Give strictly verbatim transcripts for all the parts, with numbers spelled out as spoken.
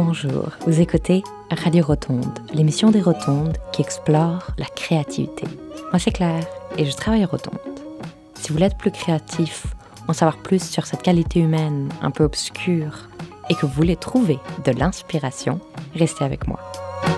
Bonjour, vous écoutez Radio Rotonde, l'émission des Rotondes qui explore la créativité. Moi c'est Claire et je travaille à Rotonde. Si vous voulez être plus créatif, en savoir plus sur cette qualité humaine un peu obscure et que vous voulez trouver de l'inspiration, restez avec moi.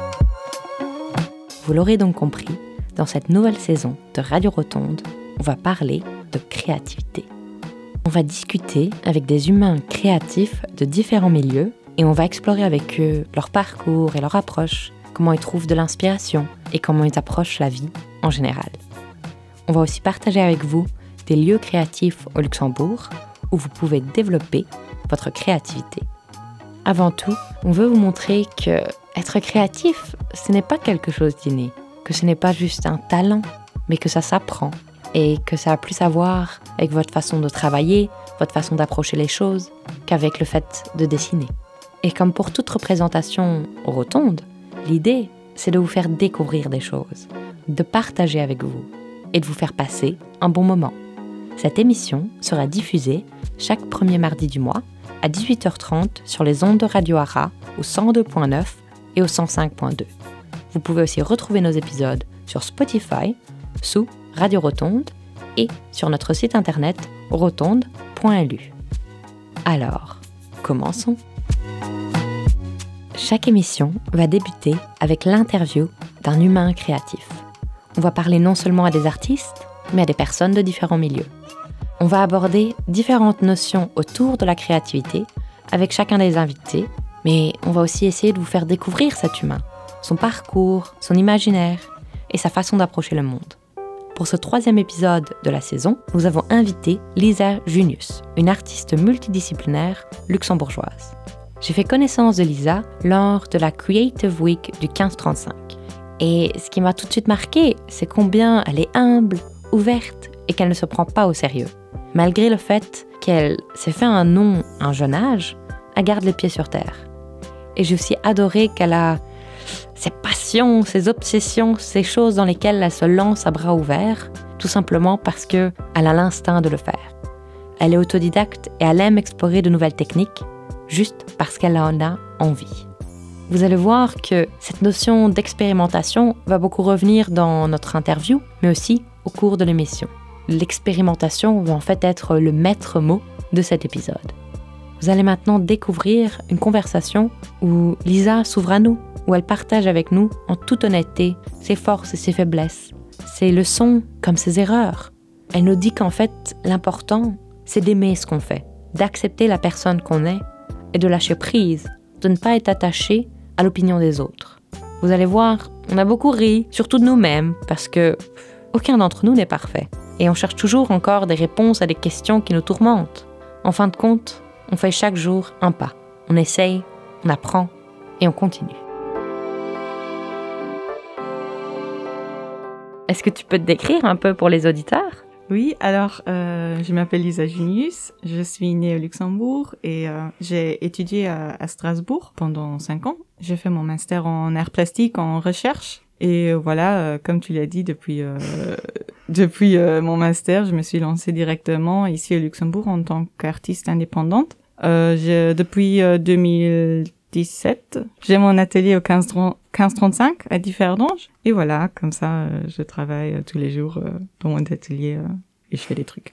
Vous l'aurez donc compris, dans cette nouvelle saison de Radio Rotonde, on va parler de créativité. On va discuter avec des humains créatifs de différents milieux et on va explorer avec eux leur parcours et leur approche, comment ils trouvent de l'inspiration et comment ils approchent la vie en général. On va aussi partager avec vous des lieux créatifs au Luxembourg où vous pouvez développer votre créativité. Avant tout, on veut vous montrer que être créatif, ce n'est pas quelque chose d'inné, que ce n'est pas juste un talent, mais que ça s'apprend et que ça a plus à voir avec votre façon de travailler, votre façon d'approcher les choses, qu'avec le fait de dessiner. Et comme pour toute représentation rotonde, l'idée, c'est de vous faire découvrir des choses, de partager avec vous et de vous faire passer un bon moment. Cette émission sera diffusée chaque premier mardi du mois à dix-huit heures trente sur les ondes de Radio Ara au cent deux point neuf et au cent cinq point deux. Vous pouvez aussi retrouver nos épisodes sur Spotify, sous Radio Rotonde et sur notre site internet rotonde point l u. Alors, commençons. Chaque émission va débuter avec l'interview d'un humain créatif. On va parler non seulement à des artistes, mais à des personnes de différents milieux. On va aborder différentes notions autour de la créativité avec chacun des invités, mais on va aussi essayer de vous faire découvrir cet humain, son parcours, son imaginaire et sa façon d'approcher le monde. Pour ce troisième épisode de la saison, nous avons invité Lisa Junius, une artiste multidisciplinaire luxembourgeoise. J'ai fait connaissance de Lisa lors de la Creative Week du quinze trente-cinq. Et ce qui m'a tout de suite marqué, c'est combien elle est humble, ouverte et qu'elle ne se prend pas au sérieux. Malgré le fait qu'elle s'est fait un nom à un jeune âge, elle garde les pieds sur terre. Et j'ai aussi adoré qu'elle a ses passions, ses obsessions, ces choses dans lesquelles elle se lance à bras ouverts, tout simplement parce qu'elle a l'instinct de le faire. Elle est autodidacte et elle aime explorer de nouvelles techniques, juste parce qu'elle en a envie. Vous allez voir que cette notion d'expérimentation va beaucoup revenir dans notre interview, mais aussi au cours de l'émission. L'expérimentation va en fait être le maître mot de cet épisode. Vous allez maintenant découvrir une conversation où Lisa s'ouvre à nous, où elle partage avec nous en toute honnêteté ses forces et ses faiblesses, ses leçons comme ses erreurs. Elle nous dit qu'en fait, l'important, c'est d'aimer ce qu'on fait, d'accepter la personne qu'on est et de lâcher prise, de ne pas être attaché à l'opinion des autres. Vous allez voir, on a beaucoup ri, surtout de nous-mêmes, parce que aucun d'entre nous n'est parfait. Et on cherche toujours encore des réponses à des questions qui nous tourmentent. En fin de compte, on fait chaque jour un pas. On essaye, on apprend et on continue. Est-ce que tu peux te décrire un peu pour les auditeurs ? Oui, alors euh, je m'appelle Lisa Junius, je suis née au Luxembourg et euh, j'ai étudié à, à Strasbourg pendant cinq ans. J'ai fait mon master en arts plastiques en recherche et voilà, euh, comme tu l'as dit, depuis euh, depuis euh, mon master, je me suis lancée directement ici au Luxembourg en tant qu'artiste indépendante. Euh, j'ai, depuis euh, deux mille dix-sept, j'ai mon atelier au quinze trente-cinq à Differdange. Et voilà, comme ça, euh, je travaille euh, tous les jours euh, dans mon atelier euh, et je fais des trucs.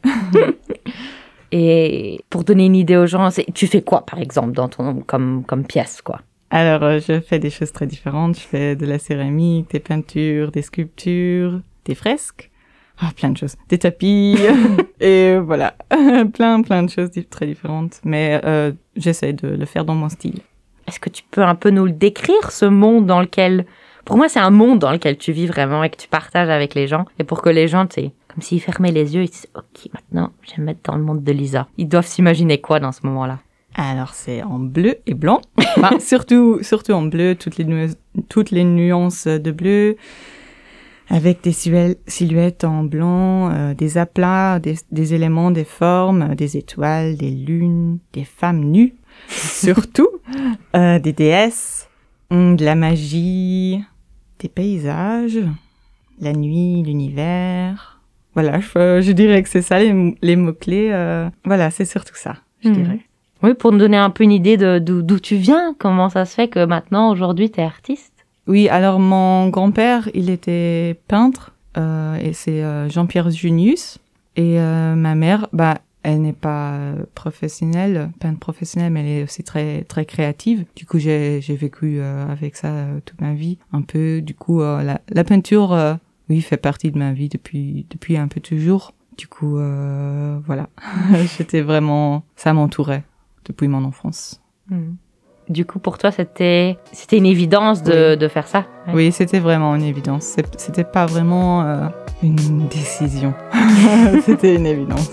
Et pour donner une idée aux gens, c'est, tu fais quoi, par exemple, dans ton, comme, comme pièce, quoi ? Alors, euh, je fais des choses très différentes. Je fais de la céramique, des peintures, des sculptures, des fresques. Ah, plein de choses. Des tapis. Et voilà, plein, plein de choses très différentes. Mais euh, j'essaie de le faire dans mon style. Est-ce que tu peux un peu nous le décrire, ce monde dans lequel... Pour moi, c'est un monde dans lequel tu vis vraiment et que tu partages avec les gens. Et pour que les gens, tu sais, comme s'ils fermaient les yeux, ils disent « Ok, maintenant, je vais me mettre dans le monde de Lisa ». Ils doivent s'imaginer quoi dans ce moment-là ? Alors, c'est en bleu et blanc. Enfin, surtout, surtout en bleu, toutes les, nu- toutes les nuances de bleu, avec des silhouettes, silhouettes en blanc, euh, des aplats, des, des éléments, des formes, des étoiles, des lunes, des femmes nues, surtout, euh, des déesses, de la magie, des paysages, la nuit, l'univers. Voilà, je, je dirais que c'est ça les, les mots-clés. Euh, voilà, c'est surtout ça, je mmh. dirais. Oui, pour nous donner un peu une idée de, d'où, d'où tu viens, comment ça se fait que maintenant, aujourd'hui, tu es artiste? Oui, alors mon grand-père, il était peintre, euh, et c'est euh, Jean-Pierre Junius. Et euh, ma mère, bah, elle n'est pas professionnelle, peintre professionnelle, mais elle est aussi très très créative. Du coup, j'ai j'ai vécu euh, avec ça euh, toute ma vie, un peu. Du coup, euh, la, la peinture, euh, oui, fait partie de ma vie depuis depuis un peu toujours. Du coup, euh, voilà, j'étais vraiment, ça m'entourait depuis mon enfance. Mmh. Du coup, pour toi, c'était c'était une évidence de Oui. de faire ça. Ouais. Oui, c'était vraiment une évidence. C'est, c'était pas vraiment euh, une décision. C'était une évidence.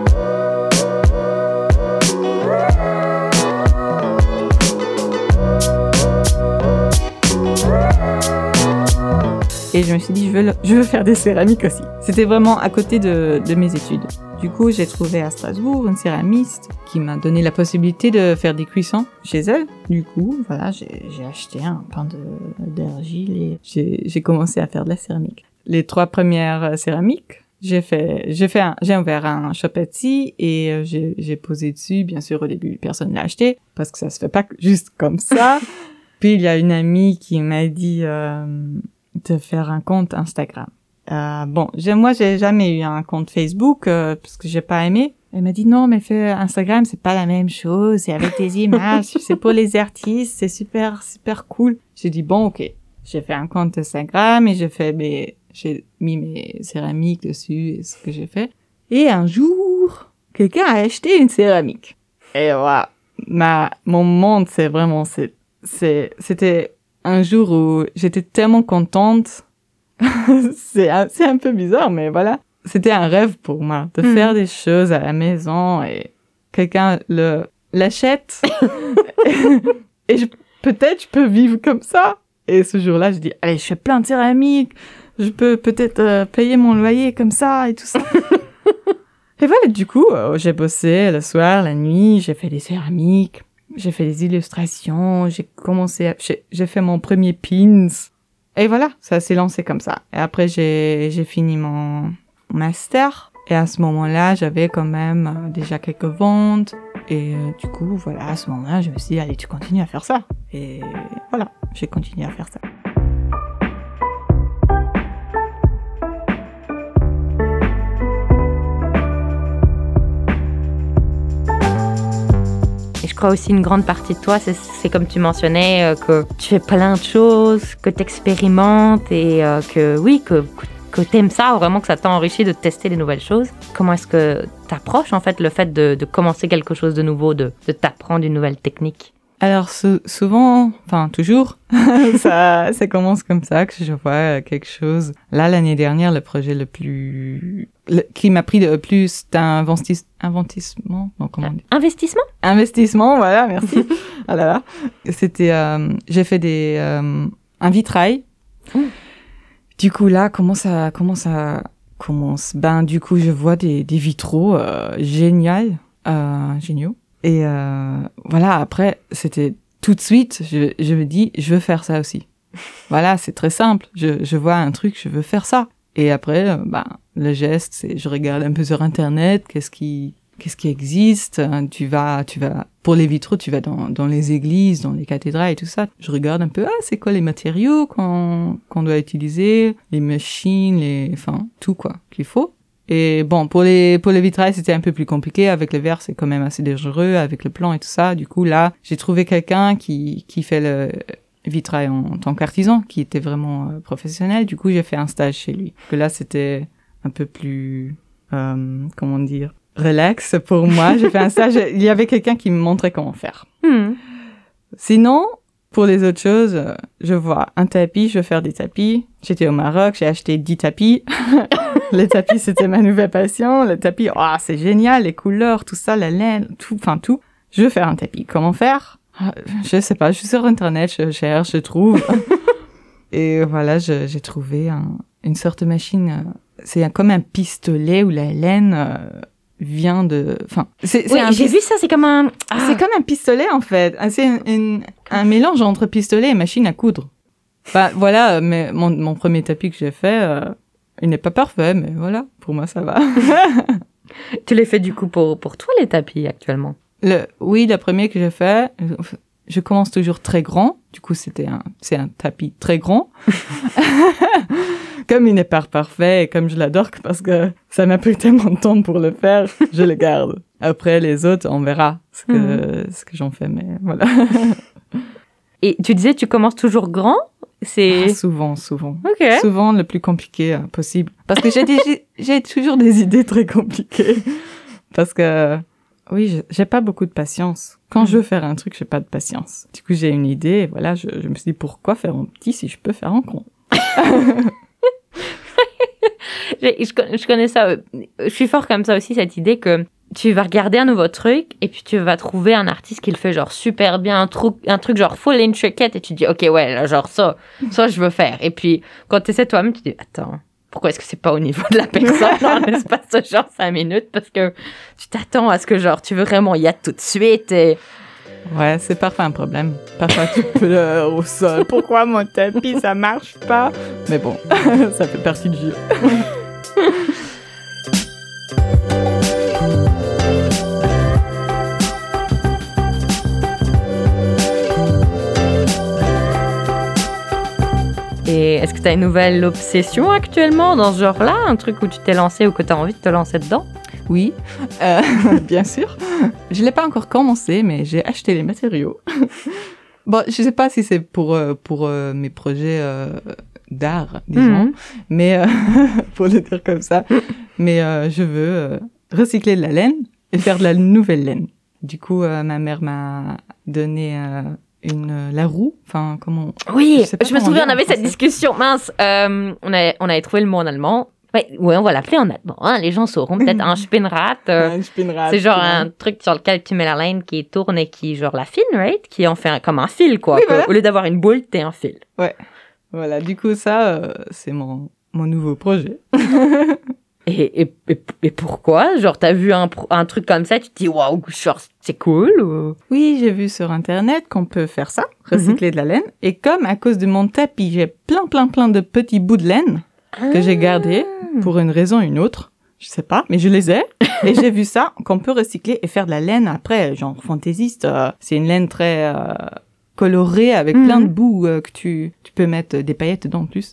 Et je me suis dit, je veux, le, je veux faire des céramiques aussi. C'était vraiment à côté de, de mes études. Du coup, j'ai trouvé à Strasbourg une céramiste qui m'a donné la possibilité de faire des cuissons chez elle. Du coup, voilà, j'ai, j'ai acheté un pain de, d'argile et j'ai, j'ai commencé à faire de la céramike. Les trois premières céramiques, j'ai fait, j'ai fait un, j'ai ouvert un shop Etsy et j'ai, j'ai posé dessus. Bien sûr, au début, personne l'a acheté parce que ça se fait pas juste comme ça. Puis il y a une amie qui m'a dit euh, de faire un compte Instagram. Euh, bon, j'ai, moi, j'ai jamais eu un compte Facebook euh, parce que j'ai pas aimé. Elle m'a dit non, mais fais Instagram, c'est pas la même chose, c'est avec des images, c'est pour les artistes, c'est super, super cool. J'ai dit bon, ok. J'ai fait un compte Instagram et j'ai fait mes, j'ai mis mes céramiques dessus et ce que j'ai fait. Et un jour, quelqu'un a acheté une céramique. Et voilà, ma, mon monde, c'est vraiment, c'est, c'est, c'était un jour où j'étais tellement contente. c'est, un, c'est un peu bizarre, mais voilà. C'était un rêve pour moi de mmh. faire des choses à la maison et quelqu'un le, l'achète. et je, peut-être je peux vivre comme ça. Et ce jour-là, je dis, allez, je fais plein de céramique. Je peux peut-être euh, payer mon loyer comme ça et tout ça. Et voilà, du coup, euh, j'ai bossé le soir, la nuit, j'ai fait des céramiques, j'ai fait des illustrations, j'ai commencé à, j'ai, j'ai fait mon premier pins. Et voilà, ça s'est lancé comme ça. Et après, j'ai, j'ai fini mon master. Et à ce moment-là, j'avais quand même euh, déjà quelques ventes. Et euh, du coup, voilà, à ce moment-là, je me suis dit, allez, tu continues à faire ça. Et voilà, j'ai continué à faire ça. Je crois aussi une grande partie de toi, c'est, c'est comme tu mentionnais, euh, que tu fais plein de choses, que tu expérimentes et euh, que oui, que, que tu aimes ça, vraiment que ça t'a enrichi de tester des nouvelles choses. Comment est-ce que tu approches en fait le fait de, de commencer quelque chose de nouveau, de, de t'apprendre une nouvelle technique? Alors sou- souvent, enfin toujours, ça, ça commence comme ça, que je vois quelque chose. Là, l'année dernière, le projet le plus... Le, qui m'a pris le plus d'investis, investissement, non, comment on dit? Investissement? Investissement, voilà, merci. Ah là là. C'était, euh, j'ai fait des, euh, un vitrail. Mmh. Du coup, là, comment ça, comment ça commence? Ben, du coup, je vois des, des vitraux, euh, géniaux, euh, géniaux. Et, euh, voilà, après, c'était tout de suite, je, je me dis, je veux faire ça aussi. Voilà, c'est très simple. Je, je vois un truc, je veux faire ça. Et après, euh, ben, le geste, c'est, je regarde un peu sur Internet, qu'est-ce qui, qu'est-ce qui existe. Tu vas, tu vas, pour les vitraux, tu vas dans, dans les églises, dans les cathédrales et tout ça. Je regarde un peu, ah, c'est quoi les matériaux qu'on, qu'on doit utiliser, les machines, les, enfin, tout, quoi, qu'il faut. Et bon, pour les, pour les vitrails, c'était un peu plus compliqué. Avec le verre, c'est quand même assez dangereux, avec le plan et tout ça. Du coup, là, j'ai trouvé quelqu'un qui, qui fait le vitrail en, en tant qu'artisan, qui était vraiment euh, professionnel. Du coup, j'ai fait un stage chez lui. Que là, c'était un peu plus, euh, comment dire, relax pour moi. J'ai fait un stage. Il y avait quelqu'un qui me montrait comment faire. Hmm. Sinon, pour les autres choses, je vois un tapis, je veux faire des tapis. J'étais au Maroc, j'ai acheté dix tapis. Les tapis, c'était ma nouvelle passion. Le tapis, oh, c'est génial, les couleurs, tout ça, la laine, tout, enfin tout. Je veux faire un tapis. Comment faire? Je sais pas, je suis sur Internet, je cherche, je trouve. Et voilà, je, j'ai trouvé un, une sorte de machine. C'est un, comme un pistolet où la laine euh, vient de... Enfin, c'est, c'est oui, un j'ai pist... vu ça, c'est comme un... Ah. C'est comme un pistolet, en fait. C'est un, un, un mélange entre pistolet et machine à coudre. Bah, voilà, mais mon, mon premier tapis que j'ai fait, euh, il n'est pas parfait, mais voilà, pour moi, ça va. Tu les fais du coup pour, pour toi, les tapis, actuellement? Le, oui, le premier que j'ai fait, je commence toujours très grand. Du coup, c'était un, c'est un tapis très grand. Comme il n'est pas parfait et comme je l'adore parce que ça m'a pris tellement de temps pour le faire, je le garde. Après, les autres, on verra ce que, mmh. ce que j'en fais, mais voilà. Et tu disais, tu commences toujours grand? C'est ah, souvent, souvent. Okay. Souvent le plus compliqué euh, possible. Parce que j'ai, des, j'ai, j'ai toujours des idées très compliquées. Parce que, oui, je, j'ai pas beaucoup de patience. Quand mmh. je veux faire un truc, j'ai pas de patience. Du coup, j'ai une idée, et voilà, je, je me suis dit, pourquoi faire en petit si je peux faire en grand? je, je connais ça. Je suis fort comme ça aussi, cette idée que tu vas regarder un nouveau truc et puis tu vas trouver un artiste qui le fait genre super bien, un truc, un truc genre full intricate et tu te dis, ok, ouais, là, genre ça, ça je veux faire. Et puis quand tu essaies toi-même, tu te dis, attends, pourquoi est-ce que c'est pas au niveau de la personne en espace de genre cinq minutes? Parce que tu t'attends à ce que genre tu veux vraiment y être tout de suite et... Ouais, c'est parfois un problème. Parfois tu pleures au sol. Pourquoi mon tapis, ça marche pas? Mais bon, ça fait partie du jeu. Et est-ce que tu as une nouvelle obsession actuellement dans ce genre-là? Un truc où tu t'es lancé ou que tu as envie de te lancer dedans? Oui, euh, bien sûr. Je ne l'ai pas encore commencé, mais j'ai acheté les matériaux. Bon, je ne sais pas si c'est pour, euh, pour euh, mes projets euh, d'art, disons, mmh. mais euh, pour le dire comme ça. Mais euh, je veux euh, recycler de la laine et faire de la nouvelle laine. Du coup, euh, ma mère m'a donné... Euh, une euh, la roue, enfin comment oui, je, je me souviens on avait cette discussion mince euh, on avait on avait trouvé le mot en allemand ouais, ouais on va l'appeler en allemand hein, les gens sauront peut-être un Spinnrad euh, un Spinnrad c'est genre un truc sur lequel tu mets la laine qui tourne et qui genre la fine right qui en fait un, comme un fil quoi oui, que, voilà. Au lieu d'avoir une boule t'es un fil ouais voilà du coup ça euh, c'est mon mon nouveau projet. Et, et, et, et pourquoi? Genre, t'as vu un, un truc comme ça, tu te dis, waouh, genre, c'est cool ou... Oui, j'ai vu sur Internet qu'on peut faire ça, recycler mm-hmm. de la laine. Et comme à cause de mon tapis, j'ai plein, plein, plein de petits bouts de laine ah. que j'ai gardés pour une raison ou une autre. Je sais pas, mais je les ai. Et j'ai vu ça, qu'on peut recycler et faire de la laine après, genre fantaisiste. Euh, c'est une laine très... Euh, colorée avec mmh. plein de bouts euh, que tu tu peux mettre des paillettes dedans en plus.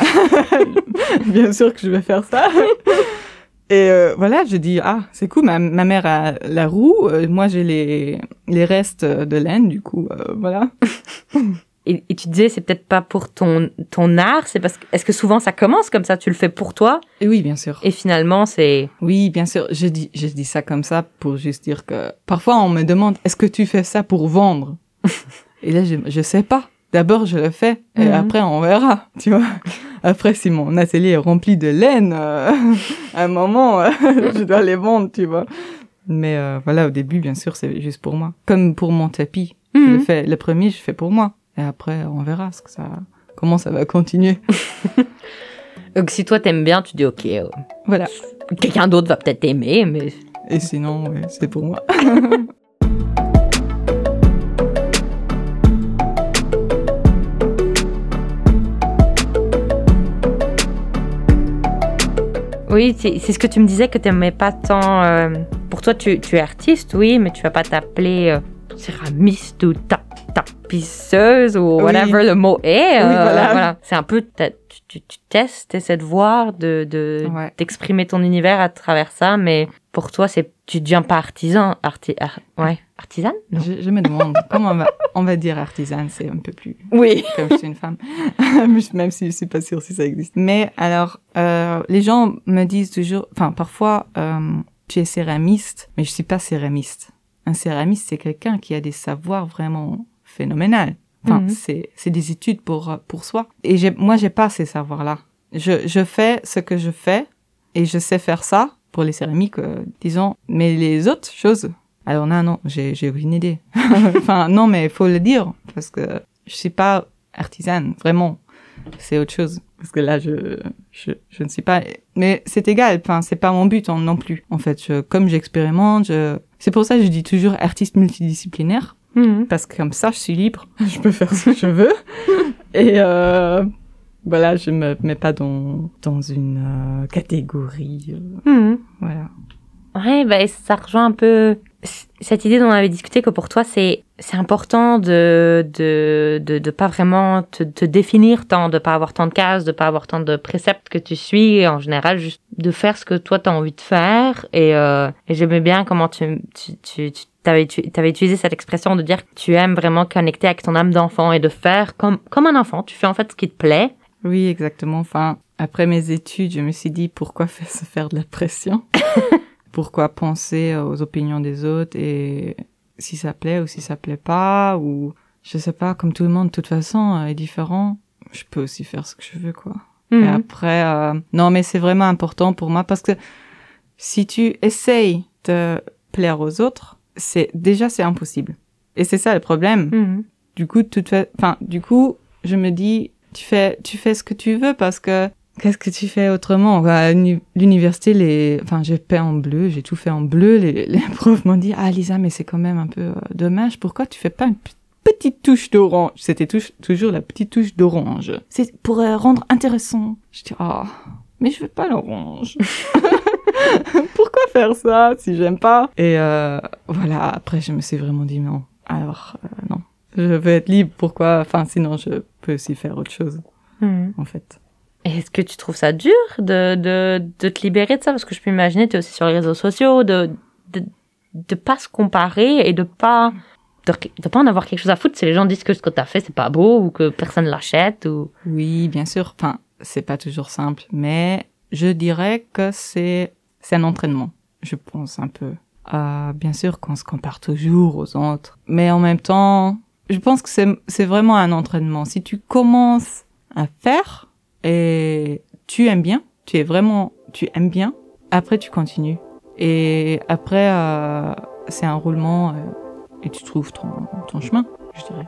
Bien sûr que je vais faire ça. Et euh, voilà, je dis ah c'est cool. Ma ma mère a la roue, euh, moi j'ai les les restes de laine du coup euh, voilà. et, et tu disais c'est peut-être pas pour ton ton art, c'est parce que est-ce que souvent ça commence comme ça, tu le fais pour toi? Et oui bien sûr. Et finalement c'est oui bien sûr. Je dis je dis ça comme ça pour juste dire que parfois on me demande est-ce que tu fais ça pour vendre? Et là, je, je sais pas. D'abord, je le fais, et mmh. après, on verra, tu vois. Après, si mon atelier est rempli de laine, euh, à un moment, euh, je dois les vendre, tu vois. Mais euh, voilà, au début, bien sûr, c'est juste pour moi. Comme pour mon tapis. Mmh. Je le fais, le premier, je fais pour moi. Et après, on verra ce que ça, comment ça va continuer. Donc, si toi, t'aimes bien, tu dis OK. Euh, voilà. Quelqu'un d'autre va peut-être aimer, mais... Et sinon, ouais, c'est pour moi. Oui, c'est, c'est ce que tu me disais que tu n'aimais pas tant... Euh, pour toi, tu, tu es artiste, oui, mais tu vas pas t'appeler euh, céramiste ou ta, tapisseuse ou whatever oui. le mot est. Euh, oui, voilà. voilà. C'est un peu... Tu, tu, tu testes, tu essaies de voir, de, de, ouais. d'exprimer ton univers à travers ça, mais pour toi, c'est, tu deviens pas artisan. Arti, ar, ouais, artisane non. Je, je me demande comment on va, on va dire artisane, c'est un peu plus... Oui. Comme je suis une femme. Même si je suis pas sûre si ça existe. Mais alors, euh, les gens me disent toujours... Enfin, parfois, euh, tu es céramiste, mais je suis pas céramiste. Un céramiste, c'est quelqu'un qui a des savoirs vraiment phénoménaux. Enfin, mm-hmm. c'est, c'est des études pour, pour soi. Et j'ai, moi, j'ai pas ces savoirs-là. Je, je fais ce que je fais et je sais faire ça pour les céramiques, euh, disons. Mais les autres choses, alors non, non, j'ai, j'ai aucune idée. Enfin, non, mais il faut le dire parce que je suis pas artisane, vraiment. C'est autre chose. Parce que là, je, je, je ne sais pas. Mais c'est égal. Enfin, c'est pas mon but non plus. En fait, je, comme j'expérimente, je, c'est pour ça que je dis toujours artiste multidisciplinaire. Mmh. Parce que comme ça, je suis libre. Je peux faire ce que je veux. Et euh, voilà, je me mets pas dans, dans une euh, catégorie. Euh, mmh. Voilà. Ouais, bah, ça rejoint un peu... cette idée dont on avait discuté que pour toi, c'est, c'est important de, de, de, de pas vraiment te, te définir tant, de pas avoir tant de cases, de pas avoir tant de préceptes que tu suis, et en général, juste de faire ce que toi t'as envie de faire. Et, euh, et j'aimais bien comment tu, tu, tu, tu t'avais, tu, t'avais utilisé cette expression de dire que tu aimes vraiment connecter avec ton âme d'enfant et de faire comme, comme un enfant. Tu fais en fait ce qui te plaît. Oui, exactement. Enfin, après mes études, je me suis dit pourquoi faire, se faire de la pression? Pourquoi penser aux opinions des autres et si ça plaît ou si ça plaît pas, ou je sais pas, comme tout le monde de toute façon est différent, je peux aussi faire ce que je veux, quoi. Mm-hmm. Et après, euh, non, mais c'est vraiment important pour moi parce que si tu essayes de plaire aux autres, c'est déjà c'est impossible. Et c'est ça le problème. Mm-hmm. Du coup, toute fa... enfin, du coup, je me dis, tu fais, tu fais ce que tu veux parce que qu'est-ce que tu fais autrement? À l'université, les, enfin, j'ai peint en bleu, j'ai tout fait en bleu. Les, les profs m'ont dit, ah, Lisa, mais c'est quand même un peu euh, dommage. Pourquoi tu fais pas une p- petite touche d'orange? C'était touche, toujours la petite touche d'orange. C'est pour euh, rendre intéressant. Je dis, ah, oh, mais je veux pas l'orange. Pourquoi faire ça si j'aime pas? Et euh, voilà, après, je me suis vraiment dit, non. Alors, euh, non. Je veux être libre. Pourquoi? Enfin, sinon, je peux aussi faire autre chose, mmh. en fait. Est-ce que tu trouves ça dur de, de, de te libérer de ça? Parce que je peux imaginer, tu es aussi sur les réseaux sociaux, de, de, de pas se comparer et de pas, de, de pas en avoir quelque chose à foutre si les gens disent que ce que t'as fait, c'est pas beau ou que personne l'achète ou... Oui, bien sûr. Enfin, c'est pas toujours simple, mais je dirais que c'est, c'est un entraînement. Je pense un peu. Euh, bien sûr qu'on se compare toujours aux autres, mais en même temps, je pense que c'est, c'est vraiment un entraînement. Si tu commences à faire, et tu aimes bien, tu es vraiment, tu aimes bien, après tu continues. Et après, euh, c'est un roulement euh, et tu trouves ton, ton chemin, je dirais.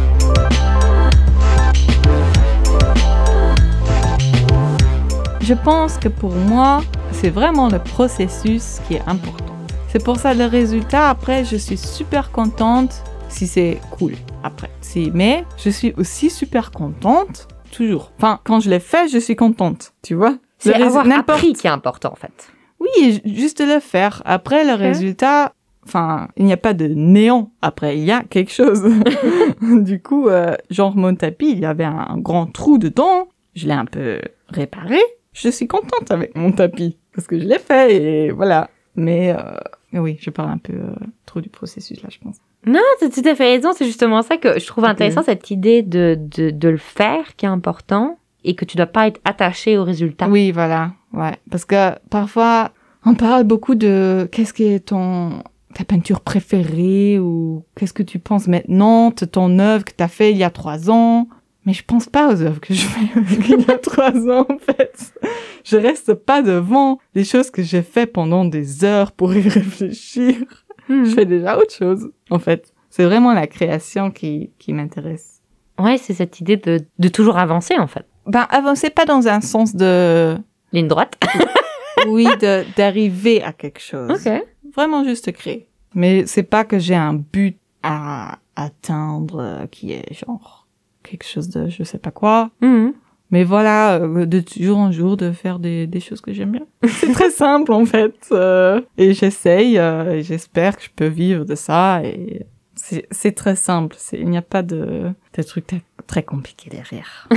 Je pense que pour moi, c'est vraiment le processus qui est important. C'est pour ça le résultat, après, je suis super contente si c'est cool, après. Si, mais je suis aussi super contente toujours. Enfin, quand je l'ai fait, je suis contente, tu vois. C'est le avoir résu- appris qui est important, en fait. Oui, juste le faire. Après, le okay. résultat, enfin, il n'y a pas de néant. Après, il y a quelque chose. Du coup, euh, genre mon tapis, il y avait un grand trou dedans. Je l'ai un peu réparé. Je suis contente avec mon tapis parce que je l'ai fait et voilà. Mais euh, oui, je parle un peu euh, trop du processus là, je pense. Non, tu as tout à fait raison. C'est justement ça que je trouve okay. intéressant, cette idée de, de, de le faire qui est important et que tu dois pas être attaché au résultat. Oui, voilà. Ouais. Parce que parfois, on parle beaucoup de qu'est-ce qui est ton, ta peinture préférée ou qu'est-ce que tu penses maintenant de ton œuvre que tu as fait il y a trois ans. Mais je pense pas aux œuvres que je fais il y a trois ans, en fait. Je reste pas devant les choses que j'ai fait pendant des heures pour y réfléchir. Mmh. Je fais déjà autre chose, en fait. C'est vraiment la création qui, qui m'intéresse. Ouais, c'est cette idée de, de toujours avancer, en fait. Ben, avancer pas dans un sens de... ligne droite. Oui, de, d'arriver à quelque chose. Ok. Vraiment juste créer. Mais c'est pas que j'ai un but à atteindre qui est genre quelque chose de je sais pas quoi. Mmh. Mais voilà, de jour en jour, de faire des, des choses que j'aime bien. C'est très simple, en fait. Euh, et j'essaye, euh, et j'espère que je peux vivre de ça. Et c'est, c'est très simple. C'est, il n'y a pas de, de trucs très, très compliqués derrière.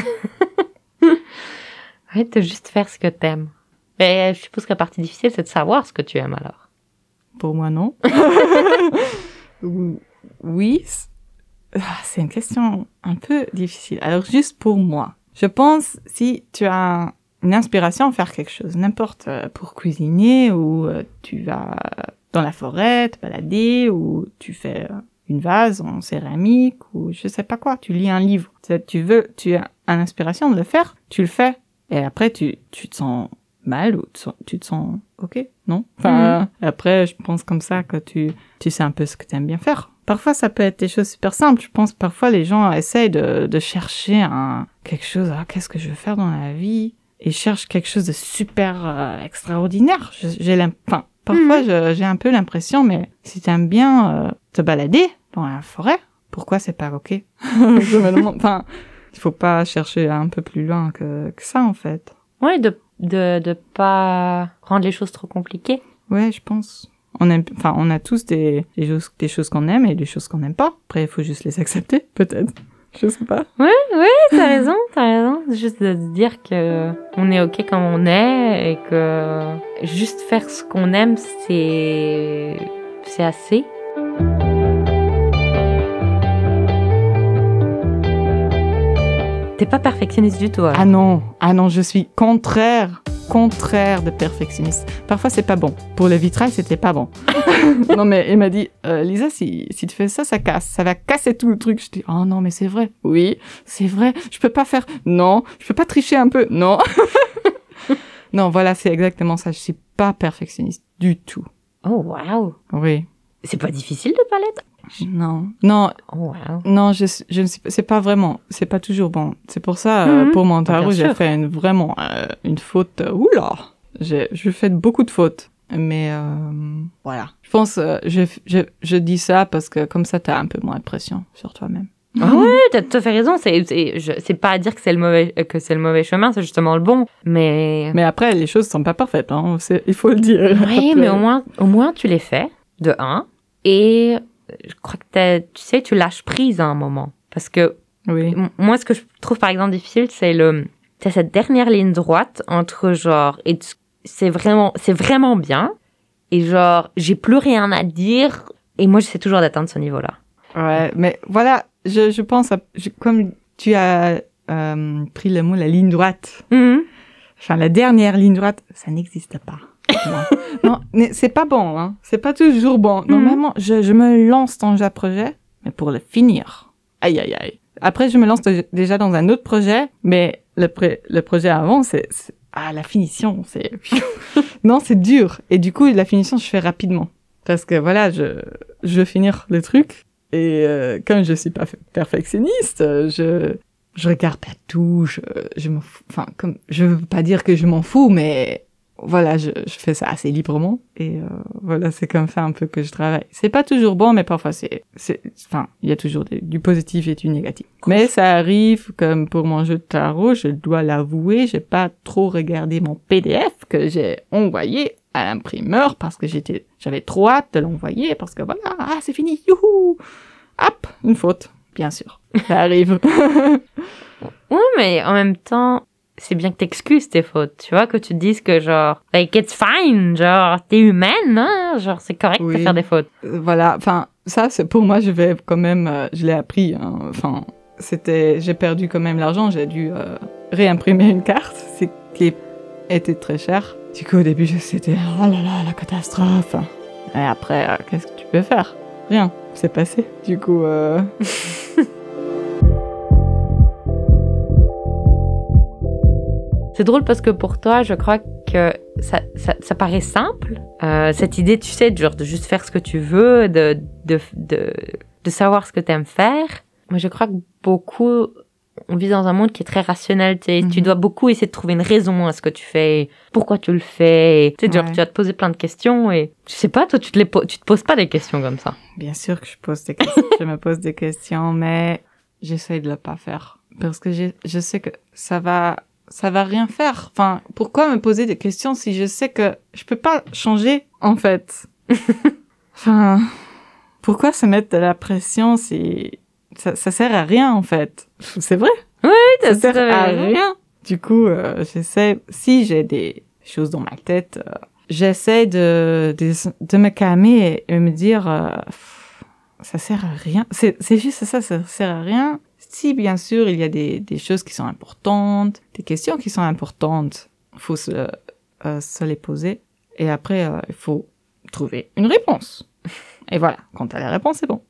Ouais, de juste faire ce que t'aimes. Mais je suppose que la partie difficile, c'est de savoir ce que tu aimes, alors. Pour moi, non. Oui. C'est une question un peu difficile. Alors, juste pour moi. Je pense, si tu as une inspiration à faire quelque chose, n'importe euh, pour cuisiner, ou euh, tu vas dans la forêt te balader, ou tu fais euh, une vase en céramique, ou je sais pas quoi, tu lis un livre. Tu, tu veux, tu as une inspiration de le faire, tu le fais. Et après, tu, tu te sens mal, ou tu, tu te sens ok, non? Enfin, mmh. euh, après, je pense comme ça que tu, tu sais un peu ce que tu aimes bien faire. Parfois, ça peut être des choses super simples. Je pense parfois les gens essayent de, de chercher un, quelque chose. Ah, qu'est-ce que je veux faire dans la vie? Et cherchent quelque chose de super euh, extraordinaire. Je, j'ai l'imp... enfin, parfois, mmh. je, j'ai un peu l'impression, mais si t'aimes bien euh, te balader dans la forêt, pourquoi c'est pas ok? Je me demande. Enfin, il faut pas chercher un peu plus loin que, que ça, en fait. Ouais, de de de pas rendre les choses trop compliquées. Ouais, je pense. On aime, enfin, on a tous des, des choses, des choses qu'on aime et des choses qu'on n'aime pas. Après, il faut juste les accepter, peut-être. Je sais pas. Ouais, ouais, t'as raison, t'as raison. Juste de se dire que on est ok comme on est et que juste faire ce qu'on aime, c'est, c'est assez. T'es pas perfectionniste du tout, alors. Ah non, ah non, je suis contraire, contraire de perfectionniste. Parfois, c'est pas bon. Pour le vitrail, c'était pas bon. Non, mais il m'a dit, euh, Lisa, si, si tu fais ça, ça casse. Ça va casser tout le truc. Je dis, oh non, mais c'est vrai. Oui, c'est vrai. Je peux pas faire. Non, je peux pas tricher un peu. Non. Non, voilà, c'est exactement ça. Je suis pas perfectionniste du tout. Oh, waouh. Oui. C'est pas difficile de pas l'être? Non, non, Oh, wow. non, je, je ne sais pas, c'est pas vraiment, c'est pas toujours bon. C'est pour ça, euh, Mhm. pour mon Bien tarot, j'ai sûr. fait une, vraiment euh, une faute. euh, Oula, j'ai, je fais beaucoup de fautes. Mais euh, voilà, je pense, euh, je, je, je dis ça parce que comme ça, t'as un peu moins de pression sur toi-même. Ah ouais, t'as tout à fait raison. C'est, c'est, je, c'est pas à dire que c'est le mauvais, que c'est le mauvais chemin, c'est justement le bon. Mais. Mais après, les choses sont pas parfaites, hein, c'est, il faut le dire. Oui, Après- mais au moins, au moins tu les fais, de un. Et je crois que t'as, tu sais, tu lâches prise à un moment. Parce que Oui. m- moi, ce que je trouve par exemple difficile, c'est le, t'as cette dernière ligne droite entre genre, et tu- c'est vraiment, c'est vraiment bien. Et genre, j'ai plus rien à dire. Et moi, j'essaie toujours d'atteindre ce niveau-là. Ouais, mais voilà, je, je pense, à, je- comme tu as euh, pris le mot, la ligne droite. Mhm. Enfin, la dernière ligne droite, ça n'existe pas. Non, non, mais c'est pas bon, hein. C'est pas toujours bon. Normalement, je, je me lance dans un projet, mais pour le finir. Aïe, aïe, aïe. Après, je me lance de- déjà dans un autre projet, mais le, pré- le projet avant, c'est, c'est- ah, la finition, c'est, non, c'est dur. Et du coup, la finition, je fais rapidement. Parce que voilà, je, je veux finir le truc. Et euh, comme je suis pas f- perfectionniste, euh, je, je regarde pas tout, je, je m'en fous. Enfin, comme, je veux pas dire que je m'en fous, mais voilà, je, je fais ça assez librement. Et euh, voilà, c'est comme ça un peu que je travaille. C'est pas toujours bon, mais parfois c'est, c'est, enfin, il y a toujours des- du positif et du négatif. Mais ça arrive, comme pour mon jeu de tarot, je dois l'avouer, j'ai pas trop regardé mon P D F que j'ai envoyé à l'imprimeur parce que j'étais, j'avais trop hâte de l'envoyer parce que voilà, ah, c'est fini, youhou! Hop, une faute, bien sûr. Ça arrive. Ouais, mais en même temps, c'est bien que t'excuses tes fautes, tu vois, que tu te dises que genre, like, it's fine, genre, t'es humaine, hein, genre, c'est correct Oui. de faire des fautes. Euh, Voilà, enfin, ça, c'est pour moi, je vais quand même, euh, je l'ai appris, hein. Enfin, c'était, j'ai perdu quand même l'argent, j'ai dû euh, réimprimer une carte, c'est qui était très cher. Du coup, au début, c'était, oh là là, la catastrophe. Et après, euh, qu'est-ce que tu peux faire? Rien, c'est passé. Du coup, euh... C'est drôle parce que pour toi, je crois que ça, ça, ça paraît simple, euh, cette idée, tu sais, de, genre, de juste faire ce que tu veux, de, de, de, de savoir ce que t'aimes faire. Moi, je crois que beaucoup, on vit dans un monde qui est très rationnel, tu sais, Mhm. tu dois beaucoup essayer de trouver une raison à ce que tu fais, pourquoi tu le fais, et, tu sais, genre, Ouais. tu vas te poser plein de questions et, je sais pas, toi, tu te les po- tu te poses pas des questions comme ça. Bien sûr que je pose des questions, je me pose des questions, mais j'essaye de le pas faire parce que j'ai- je sais que ça va, ça va rien faire. Enfin, pourquoi me poser des questions si je sais que je peux pas changer en fait. Enfin, pourquoi se mettre de la pression si ça, ça sert à rien en fait. C'est vrai. t'as Ça tout sert à fait à raison. rien. Du coup, euh, j'essaie, si j'ai des choses dans ma tête, euh, j'essaie de, de, de me calmer et, et me dire, euh, pff, ça sert à rien. C'est, c'est juste ça, ça sert à rien. Si, bien sûr, il y a des, des choses qui sont importantes, des questions qui sont importantes, il faut se, euh, se les poser. Et après, euh, il faut trouver une réponse. Et voilà, quand tu as la réponse, c'est bon.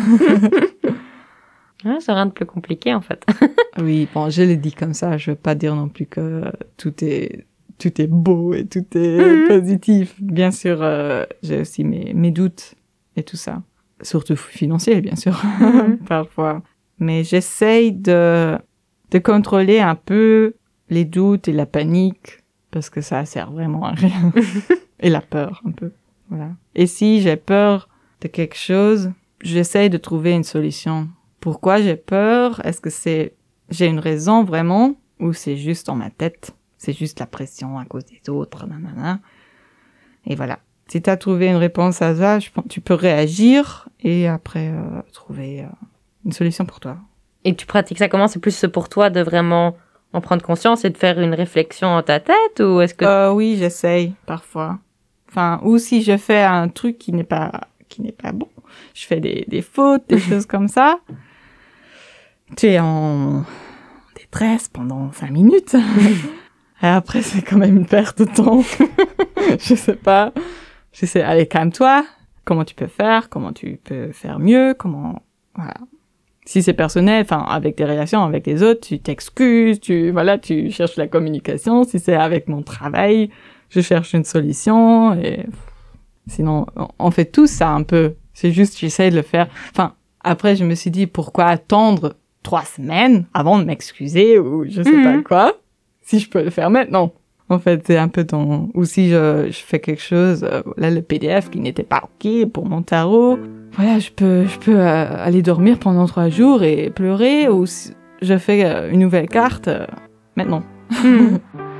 Ouais, c'est rien de plus compliqué, en fait. Oui, bon, je l'ai dit comme ça, je veux pas dire non plus que tout est, tout est beau et tout est Mhm. positif. Bien sûr, euh, j'ai aussi mes, mes doutes et tout ça. Surtout financiers, bien sûr, Mhm. parfois. Mais j'essaye de, de contrôler un peu les doutes et la panique, parce que ça sert vraiment à rien. Et la peur, un peu. Voilà. Et si j'ai peur de quelque chose, j'essaye de trouver une solution. Pourquoi j'ai peur? Est-ce que c'est, j'ai une raison vraiment? Ou c'est juste dans ma tête? C'est juste la pression à cause des autres, nanana. Et voilà. si tu as trouvé une réponse à ça, je pense, tu peux réagir et après euh, trouver euh, une solution pour toi. Et tu pratiques ça comment? C'est plus pour toi de vraiment en prendre conscience et de faire une réflexion en ta tête, ou est-ce que... Euh, oui, j'essaye parfois. Enfin, ou si je fais un truc qui n'est pas, qui n'est pas bon, je fais des, des fautes, des choses comme ça. Tu es en détresse pendant cinq minutes. Et après, c'est quand même une perte de temps. Je sais pas. Je sais, allez, calme-toi. Comment tu peux faire? Comment tu peux faire mieux? Comment, voilà. Si c'est personnel, enfin, avec des relations avec les autres, tu t'excuses, tu, voilà, tu cherches la communication. Si c'est avec mon travail, je cherche une solution et sinon, on fait tout ça un peu. C'est juste, j'essaie de le faire. Enfin, après, je me suis dit, pourquoi attendre trois semaines avant de m'excuser ou je sais mmh. pas quoi, si je peux le faire maintenant. En fait, c'est un peu dans... Ou si je, je fais quelque chose, euh, là, le P D F qui n'était pas OK pour mon tarot, voilà, je peux, je peux euh, aller dormir pendant trois jours et pleurer, ou si je fais euh, une nouvelle carte euh, maintenant. Mmh.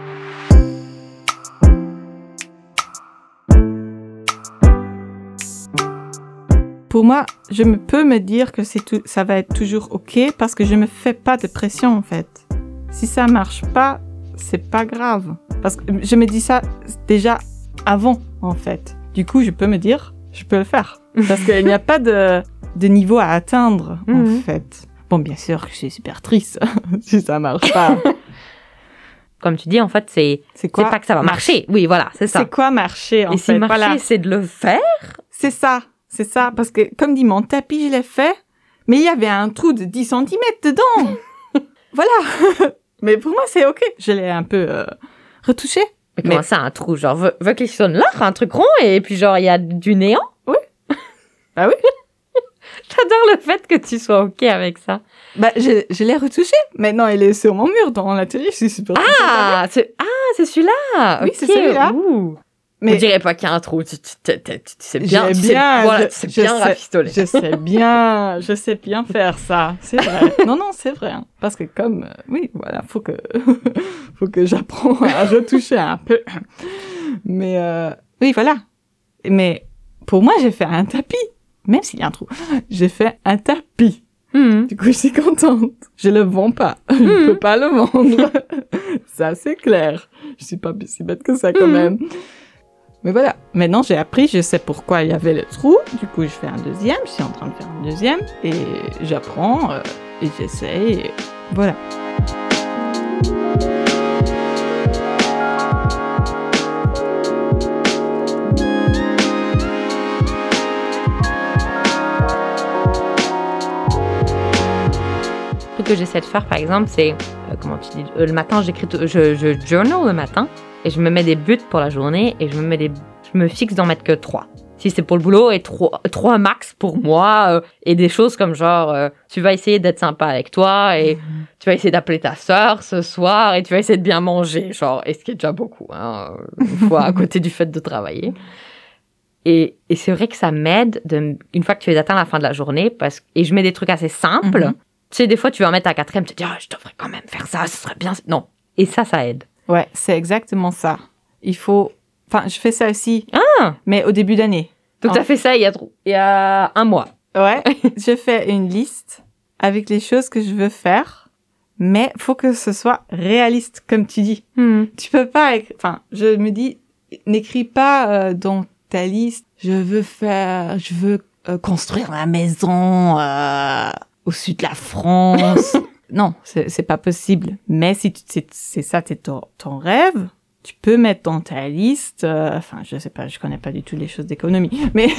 Pour moi, je me peux me dire que c'est tout, ça va être toujours OK parce que je me fais pas de pression, en fait. Si ça marche pas, c'est pas grave. Parce que je me dis ça déjà avant, en fait. Du coup, je peux me dire, je peux le faire. Parce qu'il n'y a pas de, de niveau à atteindre, en mmh. fait. Bon, bien sûr que je suis super triste si ça marche pas. Comme tu dis, en fait, c'est, c'est, quoi, c'est pas que ça va marcher. marcher. Oui, voilà, c'est ça. C'est quoi marcher, en Et fait? Et si marcher, voilà. c'est de le faire? C'est ça, c'est ça. Parce que, comme dit, mon tapis, je l'ai fait, mais il y avait un trou de dix centimètres dedans. Voilà. Mais pour moi, c'est OK. Je l'ai un peu euh, retouché. Mais comment mais... ça, un trou? Genre, veux, veux qu'il sonne là, un truc rond, et puis genre, il y a du néant? Oui. Bah oui. J'adore le fait que tu sois OK avec ça. Bah, je, je l'ai retouché. Maintenant, il est sur mon mur dans l'atelier. Je suis super Ah, c'est, ah, c'est celui-là. Oui, okay. C'est celui-là. Ouh. Mais... On dirait pas qu'il y a un trou. Tu, tu, tu, tu, tu sais bien, tu bien, sais, voilà, je, tu sais je bien sais, rafistoler. Je sais bien, je sais bien faire ça. C'est vrai. Non, non, c'est vrai. Hein. Parce que comme, euh, oui, voilà, faut que, faut que j'apprends à retoucher un peu. Mais, euh, oui, voilà. Mais, pour moi, j'ai fait un tapis. Même s'il y a un trou. J'ai fait un tapis. Mmh. Du coup, je suis contente. Je le vends pas. Mmh. Je peux pas le vendre. Ça, c'est clair. Je suis pas si bête que ça, quand mmh. même. Mais voilà, maintenant j'ai appris, je sais pourquoi il y avait le trou, du coup je fais un deuxième, je suis en train de faire un deuxième, et j'apprends, euh, et j'essaye, et voilà. Ce que j'essaie de faire par exemple, c'est, euh, comment tu dis, euh, le matin j'écris, t- je, je journal le matin, et je me mets des buts pour la journée et je me mets des, je me fixe d'en mettre que trois. Si c'est pour le boulot, et trois, trois max pour moi, euh, et des choses comme genre, euh, tu vas essayer d'être sympa avec toi et mmh. tu vas essayer d'appeler ta sœur ce soir et tu vas essayer de bien manger, genre, et ce qui est déjà beaucoup, hein, une fois à côté du fait de travailler. Et, et c'est vrai que ça m'aide de, une fois que tu les atteins à la fin de la journée, parce et je mets des trucs assez simples. Mmh. Tu sais, des fois, tu vas en mettre à quatrième, tu te dis, ah, je devrais quand même faire ça, ce serait bien. Non. Et ça, ça aide. Ouais, c'est exactement ça. Il faut... Enfin, je fais ça aussi, ah. mais au début d'année. Donc, tu as fait ça il y a, il y a un mois. Ouais, je fais une liste avec les choses que je veux faire, mais faut que ce soit réaliste, comme tu dis. Hmm. Tu peux pas... Éc... Enfin, je me dis, n'écris pas euh, dans ta liste, je veux faire... Je veux euh, construire ma maison euh, au sud de la France... Non, c'est, c'est pas possible. Mais si tu, c'est, c'est ça, c'est ton, ton rêve, tu peux mettre dans ta liste, euh, enfin, je sais pas, je connais pas du tout les choses d'économie, mais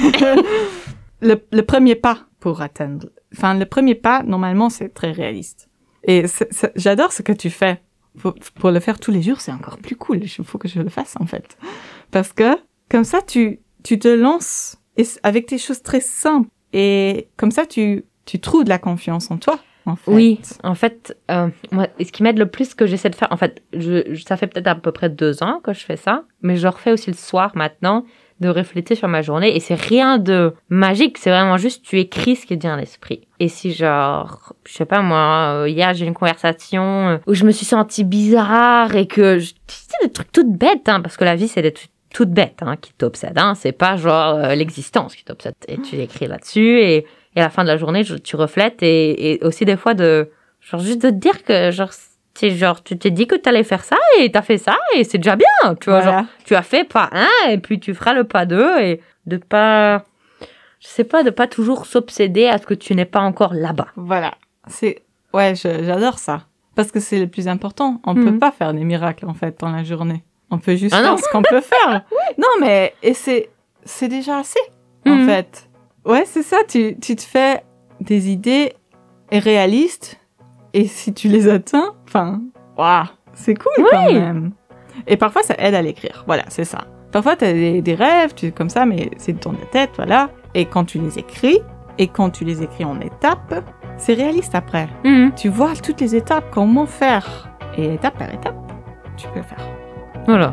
le, le premier pas pour atteindre, enfin, le premier pas, normalement, c'est très réaliste. Et c'est, c'est, j'adore ce que tu fais. Pour, pour le faire tous les jours, c'est encore plus cool. Il faut que je le fasse, en fait. Parce que, comme ça, tu, tu te lances et, avec des choses très simples. Et comme ça, tu, tu trouves de la confiance en toi. En fait. Oui, en fait, euh, moi, ce qui m'aide le plus que j'essaie de faire, en fait, je, je, ça fait peut-être à peu près deux ans que je fais ça, mais je le refais aussi le soir maintenant, de réfléchir sur ma journée, et c'est rien de magique, c'est vraiment juste, tu écris ce qui te vient à l'esprit. Et si genre, je sais pas moi, hier j'ai eu une conversation où je me suis sentie bizarre, et que, je, tu sais, des trucs toutes bêtes, hein, parce que la vie c'est des, toute bête hein, qui t'obsède. Hein. C'est pas genre euh, l'existence qui t'obsède. Et tu écris là-dessus et, et à la fin de la journée, je, tu reflètes et, et aussi des fois de genre juste de te dire que genre c'est genre tu t'es dit que t'allais faire ça et t'as fait ça et c'est déjà bien. Tu vois, Voilà. genre tu as fait pas un et puis tu feras le pas deux et de pas je sais pas de pas toujours s'obséder à ce que tu n'es pas encore là-bas. Voilà. C'est ouais, je, j'adore ça parce que c'est le plus important. On Mhm. peut pas faire des miracles en fait dans la journée. On peut juste Ah faire non. ce qu'on peut faire. Non, mais et c'est c'est déjà assez en Mhm. fait. Ouais, c'est ça. Tu tu te fais des idées réalistes et si tu les atteins, enfin, waouh, c'est cool quand Oui. même. Et parfois ça aide à l'écrire. Voilà, c'est ça. Parfois t'as des, des rêves, tu comme ça, mais c'est dans ta tête, voilà. Et quand tu les écris et quand tu les écris en étapes, c'est réaliste après. Mhm. Tu vois toutes les étapes, comment faire. Et étape par étape, tu peux le faire. Voilà.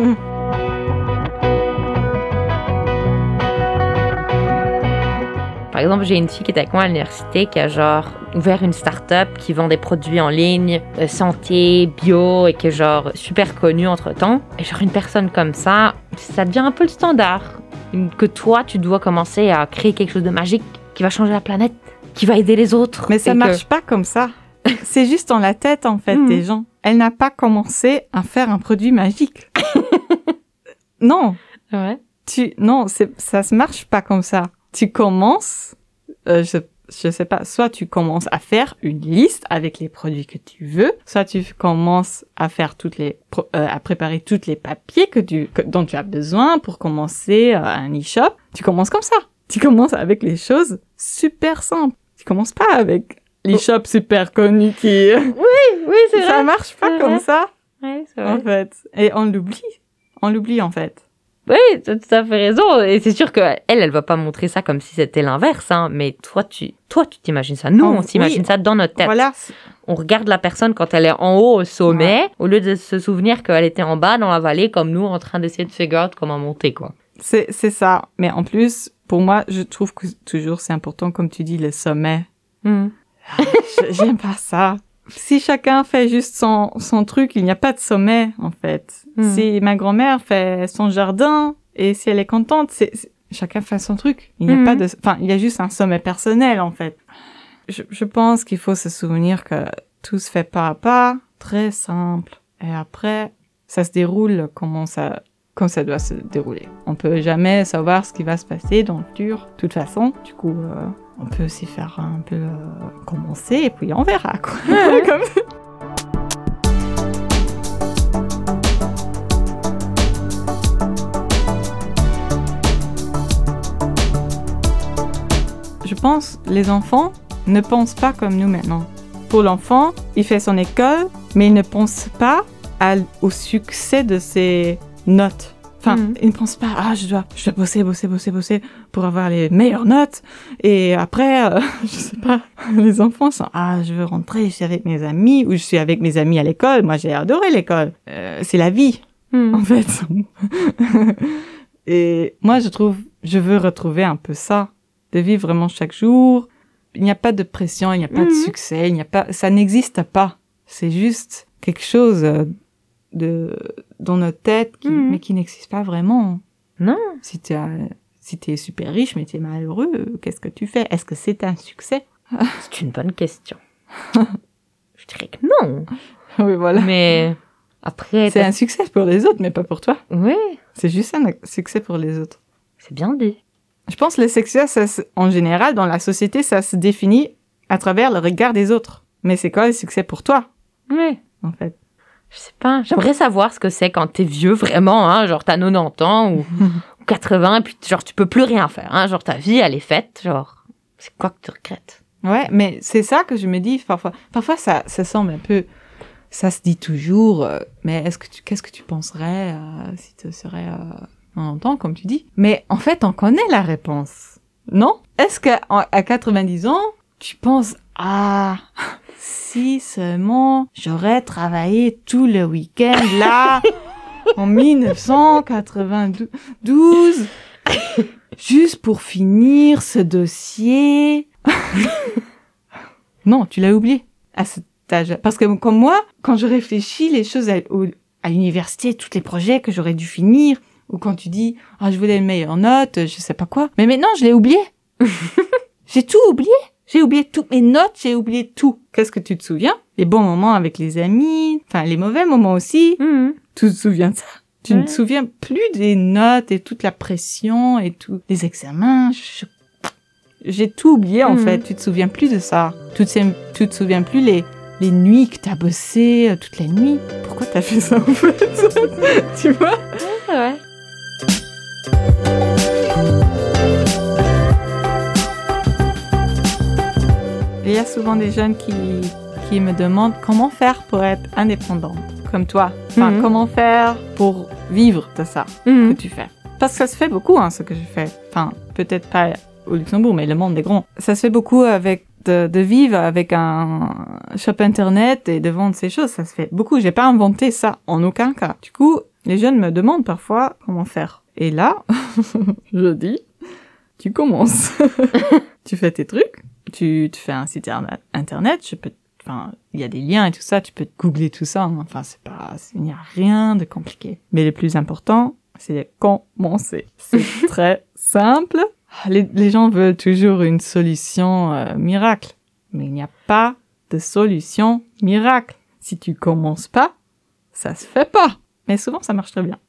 Par exemple, j'ai une fille qui est avec moi à l'université qui a genre ouvert une start-up qui vend des produits en ligne, euh, santé, bio et qui est genre super connue entre-temps. Et genre une personne comme ça, ça devient un peu le standard. Que toi, tu dois commencer à créer quelque chose de magique qui va changer la planète, qui va aider les autres. Mais ça Et que- marche pas comme ça. C'est juste dans la tête, en fait, Mhm. des gens. Elle n'a pas commencé à faire un produit magique. Non, Ouais. tu, non, c'est, ça se marche pas comme ça. Tu commences, euh, je, je sais pas, soit tu commences à faire une liste avec les produits que tu veux, soit tu commences à faire toutes les, pro- euh, à préparer tous les papiers que tu, que- dont tu as besoin pour commencer euh, un e-shop. Tu commences comme ça. Tu commences avec les choses super simples. Tu commences pas avec l'e-shop super connu qui, Oui, c'est ça marche pas c'est comme vrai. ça, Ouais, c'est en fait. Et on l'oublie. On l'oublie, en fait. Oui, tu as tout à fait raison. Et c'est sûr qu'elle, elle va pas montrer ça comme si c'était l'inverse, hein. Mais toi, tu, toi, tu t'imagines ça. Nous, Oh, on s'imagine oui. ça dans notre tête. Voilà. On regarde la personne quand elle est en haut au sommet, au lieu de se souvenir qu'elle était en bas dans la vallée, comme nous, en train d'essayer de figure out comment monter, quoi. C'est, c'est ça. Mais en plus, pour moi, je trouve que toujours c'est important, comme tu dis, le sommet. Mm. Je- J'aime pas ça. Si chacun fait juste son, son truc, il n'y a pas de sommet, en fait. Mm. Si ma grand-mère fait son jardin, et si elle est contente, c'est, c'est- chacun fait son truc. Il n'y a Mm. pas de, enfin, il y a juste un sommet personnel, en fait. Je, je pense qu'il faut se souvenir que tout se fait pas à pas, très simple. Et après, ça se déroule comment ça, comme ça doit se dérouler. On peut jamais savoir ce qui va se passer dans le futur, de toute façon. Du coup, euh, on peut aussi faire un peu euh, commencer et puis on verra, quoi. Comme- Je pense les enfants ne pensent pas comme nous maintenant. Pour l'enfant, il fait son école, mais il ne pense pas à- au succès de ses notes. Enfin, Mhm. il ne pense pas, ah, je dois, je dois bosser, bosser, bosser, bosser pour avoir les meilleures notes. Et après, euh, je sais pas, les enfants sont, ah, je veux rentrer, je suis avec mes amis, ou je suis avec mes amis à l'école. Moi, j'ai adoré l'école. Euh, c'est la vie, Mm. en fait. Et moi, je trouve, je veux retrouver un peu ça, de vivre vraiment chaque jour. Il n'y a pas de pression, il n'y a pas de Mhm. succès, il n'y a pas, ça n'existe pas. C'est juste quelque chose euh, de dans notre tête, qui, Mhm. mais qui n'existe pas vraiment. Non. Si tu si t'es super riche mais t'es malheureux, euh, qu'est-ce que tu fais? Est-ce que c'est un succès? C'est une bonne question. Je dirais que non. Oui, voilà. Mais après, C'est t'as- un succès pour les autres, mais pas pour toi. oui, C'est juste un succès pour les autres. c'est bien dit. Je pense que le succès, ça, se- en général, dans la société, ça se définit à travers le regard des autres. Mais c'est quoi le succès pour toi, Oui. en fait? Je sais pas. J'aimerais savoir ce que c'est quand t'es vieux vraiment, hein, genre t'as quatre-vingt-dix ans ou, ou quatre-vingts, et puis genre tu peux plus rien faire, hein, genre ta vie elle est faite, genre c'est quoi que tu regrettes? Ouais, mais c'est ça que je me dis parfois. Parfois, ça, ça semble un peu... Ça se dit toujours, euh, mais est-ce que tu, qu'est-ce que tu penserais euh, si tu serais euh, quatre-vingt-dix, comme tu dis? Mais en fait, on connaît la réponse, non? Est-ce qu'à à quatre-vingt-dix ans, tu penses, ah, si seulement j'aurais travaillé tout le week-end là, en mille neuf cent quatre-vingt-douze, juste pour finir ce dossier. Non, tu l'as oublié à cet âge. Parce que comme moi, quand je réfléchis les choses à, au- à l'université, tous les projets que j'aurais dû finir, Ou quand tu dis, ah, je voulais une meilleure note, je sais pas quoi. Mais maintenant, je l'ai oublié. J'ai tout oublié. J'ai oublié toutes mes notes, j'ai oublié tout. Qu'est-ce que tu te souviens? Les bons moments avec les amis, enfin, les mauvais moments aussi. Mmh. Tu te souviens de ça? Tu Ouais. ne te souviens plus des notes et toute la pression et tout, les examens. Je... J'ai tout oublié, en Mhm. fait. Tu te souviens plus de ça. Tu te, tu te souviens plus les, les nuits que t'as bossé, euh, toutes les nuits. Pourquoi t'as fait ça, en fait? Tu vois? Ouais. Il y a souvent des jeunes qui, qui me demandent comment faire pour être indépendante, comme toi. Enfin, Mhm. comment faire pour vivre de ça Mmh. que tu fais. Parce que ça se fait beaucoup, hein, ce que je fais. Enfin, peut-être pas au Luxembourg, mais le monde est grand. Ça se fait beaucoup avec de, de vivre avec un shop internet et de vendre ces choses. Ça se fait beaucoup. J'ai pas inventé ça en aucun cas. Du coup, les jeunes me demandent parfois comment faire. Et là, je dis, tu commences. Tu fais tes trucs. Tu, tu fais un site internet. Je peux, enfin, il y a des liens et tout ça. Tu peux googler tout ça. Hein. Enfin, c'est pas, il n'y a rien de compliqué. Mais le plus important, c'est de commencer. C'est très simple. Les, les gens veulent toujours une solution euh, miracle. Mais il n'y a pas de solution miracle. Si tu commences pas, ça se fait pas. Mais souvent, ça marche très bien.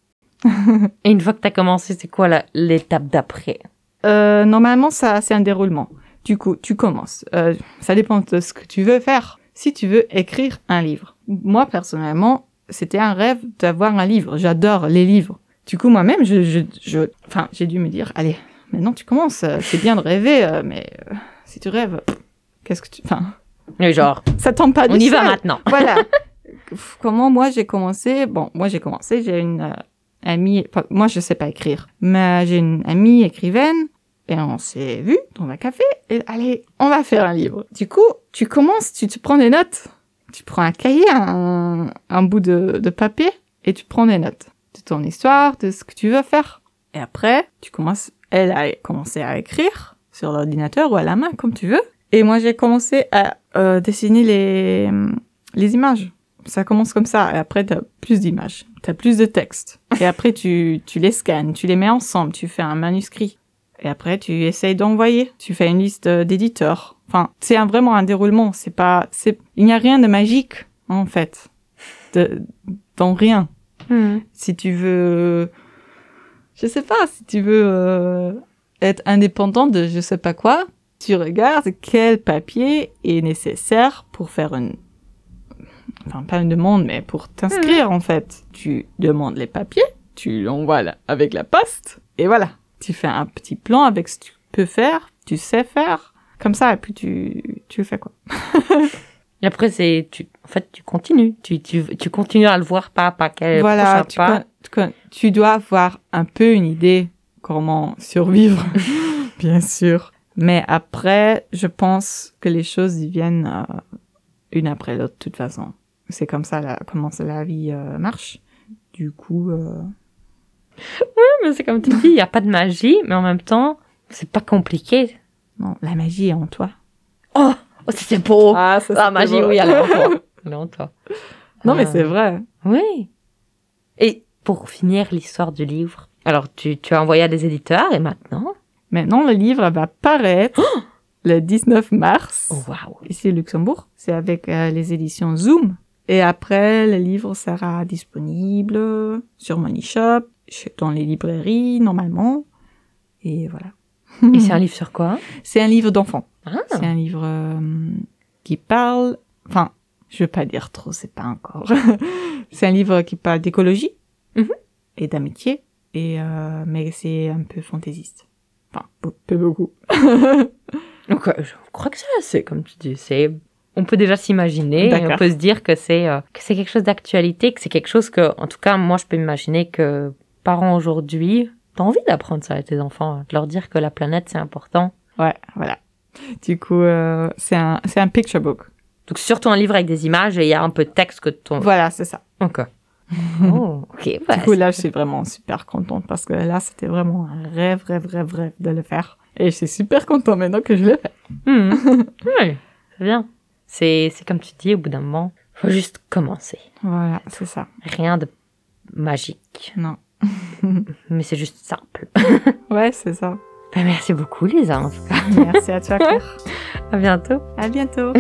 Et une fois que t'as commencé, c'est quoi la, l'étape d'après? Euh, normalement, ça, c'est un déroulement. Du coup, tu commences. Euh, ça dépend de ce que tu veux faire. Si tu veux écrire un livre. Moi, personnellement, c'était un rêve d'avoir un livre. J'adore les livres. Du coup, moi-même, je, je, je, enfin, j'ai dû me dire, allez, maintenant tu commences. C'est bien de rêver, euh, mais euh, si tu rêves, qu'est-ce que tu, enfin, Et genre, ça tombe pas du on y ciel. va maintenant. Voilà. Comment moi j'ai commencé? Bon, moi j'ai commencé. J'ai une euh, amie. Enfin, moi, je sais pas écrire, mais j'ai une amie écrivaine. Et on s'est vu dans un café, et allez, on va faire un livre. Du coup, tu commences, tu te prends des notes. Tu prends un cahier, un, un bout de, de papier, et tu prends des notes de ton histoire, de ce que tu veux faire. Et après, tu commences, elle a commencé à écrire sur l'ordinateur ou à la main, comme tu veux. Et moi, j'ai commencé à euh, dessiner les, les images. Ça commence comme ça, et après, t'as plus d'images, t'as plus de textes. Et après, tu, tu les scannes, tu les mets ensemble, tu fais un manuscrit. Et après, tu essayes d'envoyer. Tu fais une liste d'éditeurs. Enfin, c'est un, vraiment un déroulement. C'est pas, c'est, il n'y a rien de magique, en fait. De, dans rien. Mmh. Si tu veux, je sais pas, si tu veux, euh, être indépendant de je sais pas quoi, tu regardes quel papier est nécessaire pour faire une, enfin, pas une demande, mais pour t'inscrire, mmh. en fait. Tu demandes les papiers, tu l'envoies là, avec la poste, et voilà. Tu fais un petit plan avec ce que tu peux faire, tu sais faire, comme ça, et puis tu, tu fais quoi. Et après, c'est, tu, en fait, tu continues, tu, tu, tu continues à le voir pas à pas, quel voilà, prochain tu, pas. con, tu dois avoir un peu une idée comment survivre, bien sûr. Mais après, je pense que les choses y viennent euh, une après l'autre, de toute façon. C'est comme ça, là, comment ça, la vie euh, marche. Du coup... Euh... Oui, mais c'est comme tu dis, il n'y a pas de magie, mais en même temps, c'est pas compliqué. Non, la magie est en toi. Oh, oh c'est beau. Ah, ça, la magie, beau. oui, elle est en toi. Elle est en toi. Non, euh... mais c'est vrai. Oui. Et pour finir l'histoire du livre, alors tu, tu as envoyé à des éditeurs, et maintenant? Maintenant, le livre va paraître oh le dix-neuf mars, oh, wow. ici au Luxembourg. C'est avec euh, les éditions Zoom. Et après, le livre sera disponible sur mon e-shop, dans les librairies, normalement. Et voilà. Et c'est un livre sur quoi? C'est un livre d'enfant. Ah. C'est un livre euh, qui parle... Enfin, je veux pas dire trop, c'est pas encore... c'est un livre qui parle d'écologie mm-hmm. et d'amitié, et euh, mais c'est un peu fantaisiste. Enfin, peu beaucoup. Donc, je crois que c'est assez, comme tu dis. C'est... On peut déjà s'imaginer, et on peut se dire que c'est, euh, que c'est quelque chose d'actualité, que c'est quelque chose que, en tout cas, moi, je peux imaginer que parents aujourd'hui, t'as envie d'apprendre ça à tes enfants, de leur dire que la planète, c'est important. Ouais, voilà. Du coup, euh, c'est un, c'est un picture book. Donc, surtout un livre avec des images et il y a un peu de texte que ton... Voilà, c'est ça. Ok. Oh, ok. Bah, du coup, là, je suis vraiment super contente parce que là, c'était vraiment un rêve, rêve, rêve, rêve de le faire. Et je suis super contente maintenant que je l'ai fait. Mmh. Oui, c'est bien. C'est, c'est comme tu dis, au bout d'un moment, faut juste commencer. Voilà, c'est ça. Rien de magique. Non. Mais c'est juste simple. Ouais, c'est ça. Ben, merci beaucoup, Lisa, en tout cas. Merci à toi, Claire. À bientôt. À bientôt.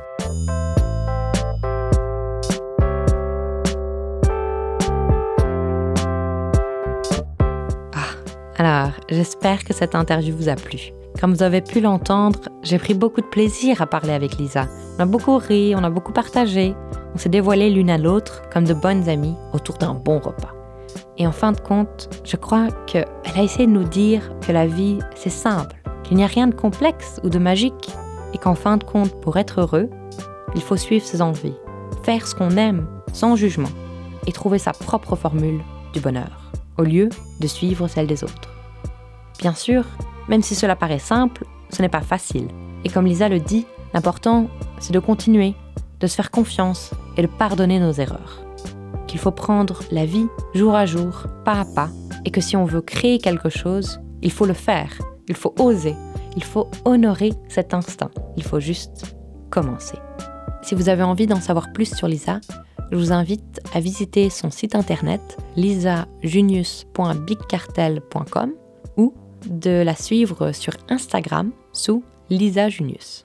Alors, j'espère que cette interview vous a plu. Comme vous avez pu l'entendre, j'ai pris beaucoup de plaisir à parler avec Lisa. On a beaucoup ri, on a beaucoup partagé. On s'est dévoilé l'une à l'autre comme de bonnes amies autour d'un bon repas. Et en fin de compte, je crois qu'elle a essayé de nous dire que la vie, c'est simple, qu'il n'y a rien de complexe ou de magique, et qu'en fin de compte, pour être heureux, il faut suivre ses envies, faire ce qu'on aime, sans jugement, et trouver sa propre formule du bonheur, au lieu de suivre celle des autres. Bien sûr, même si cela paraît simple, ce n'est pas facile. Et comme Lisa le dit, l'important, c'est de continuer, de se faire confiance et de pardonner nos erreurs. Qu'il faut prendre la vie jour à jour, pas à pas, et que si on veut créer quelque chose, il faut le faire, il faut oser, il faut honorer cet instinct, il faut juste commencer. Si vous avez envie d'en savoir plus sur Lisa, je vous invite à visiter son site internet lisa junius point big cartel point com ou de la suivre sur Instagram sous Lisa Junius.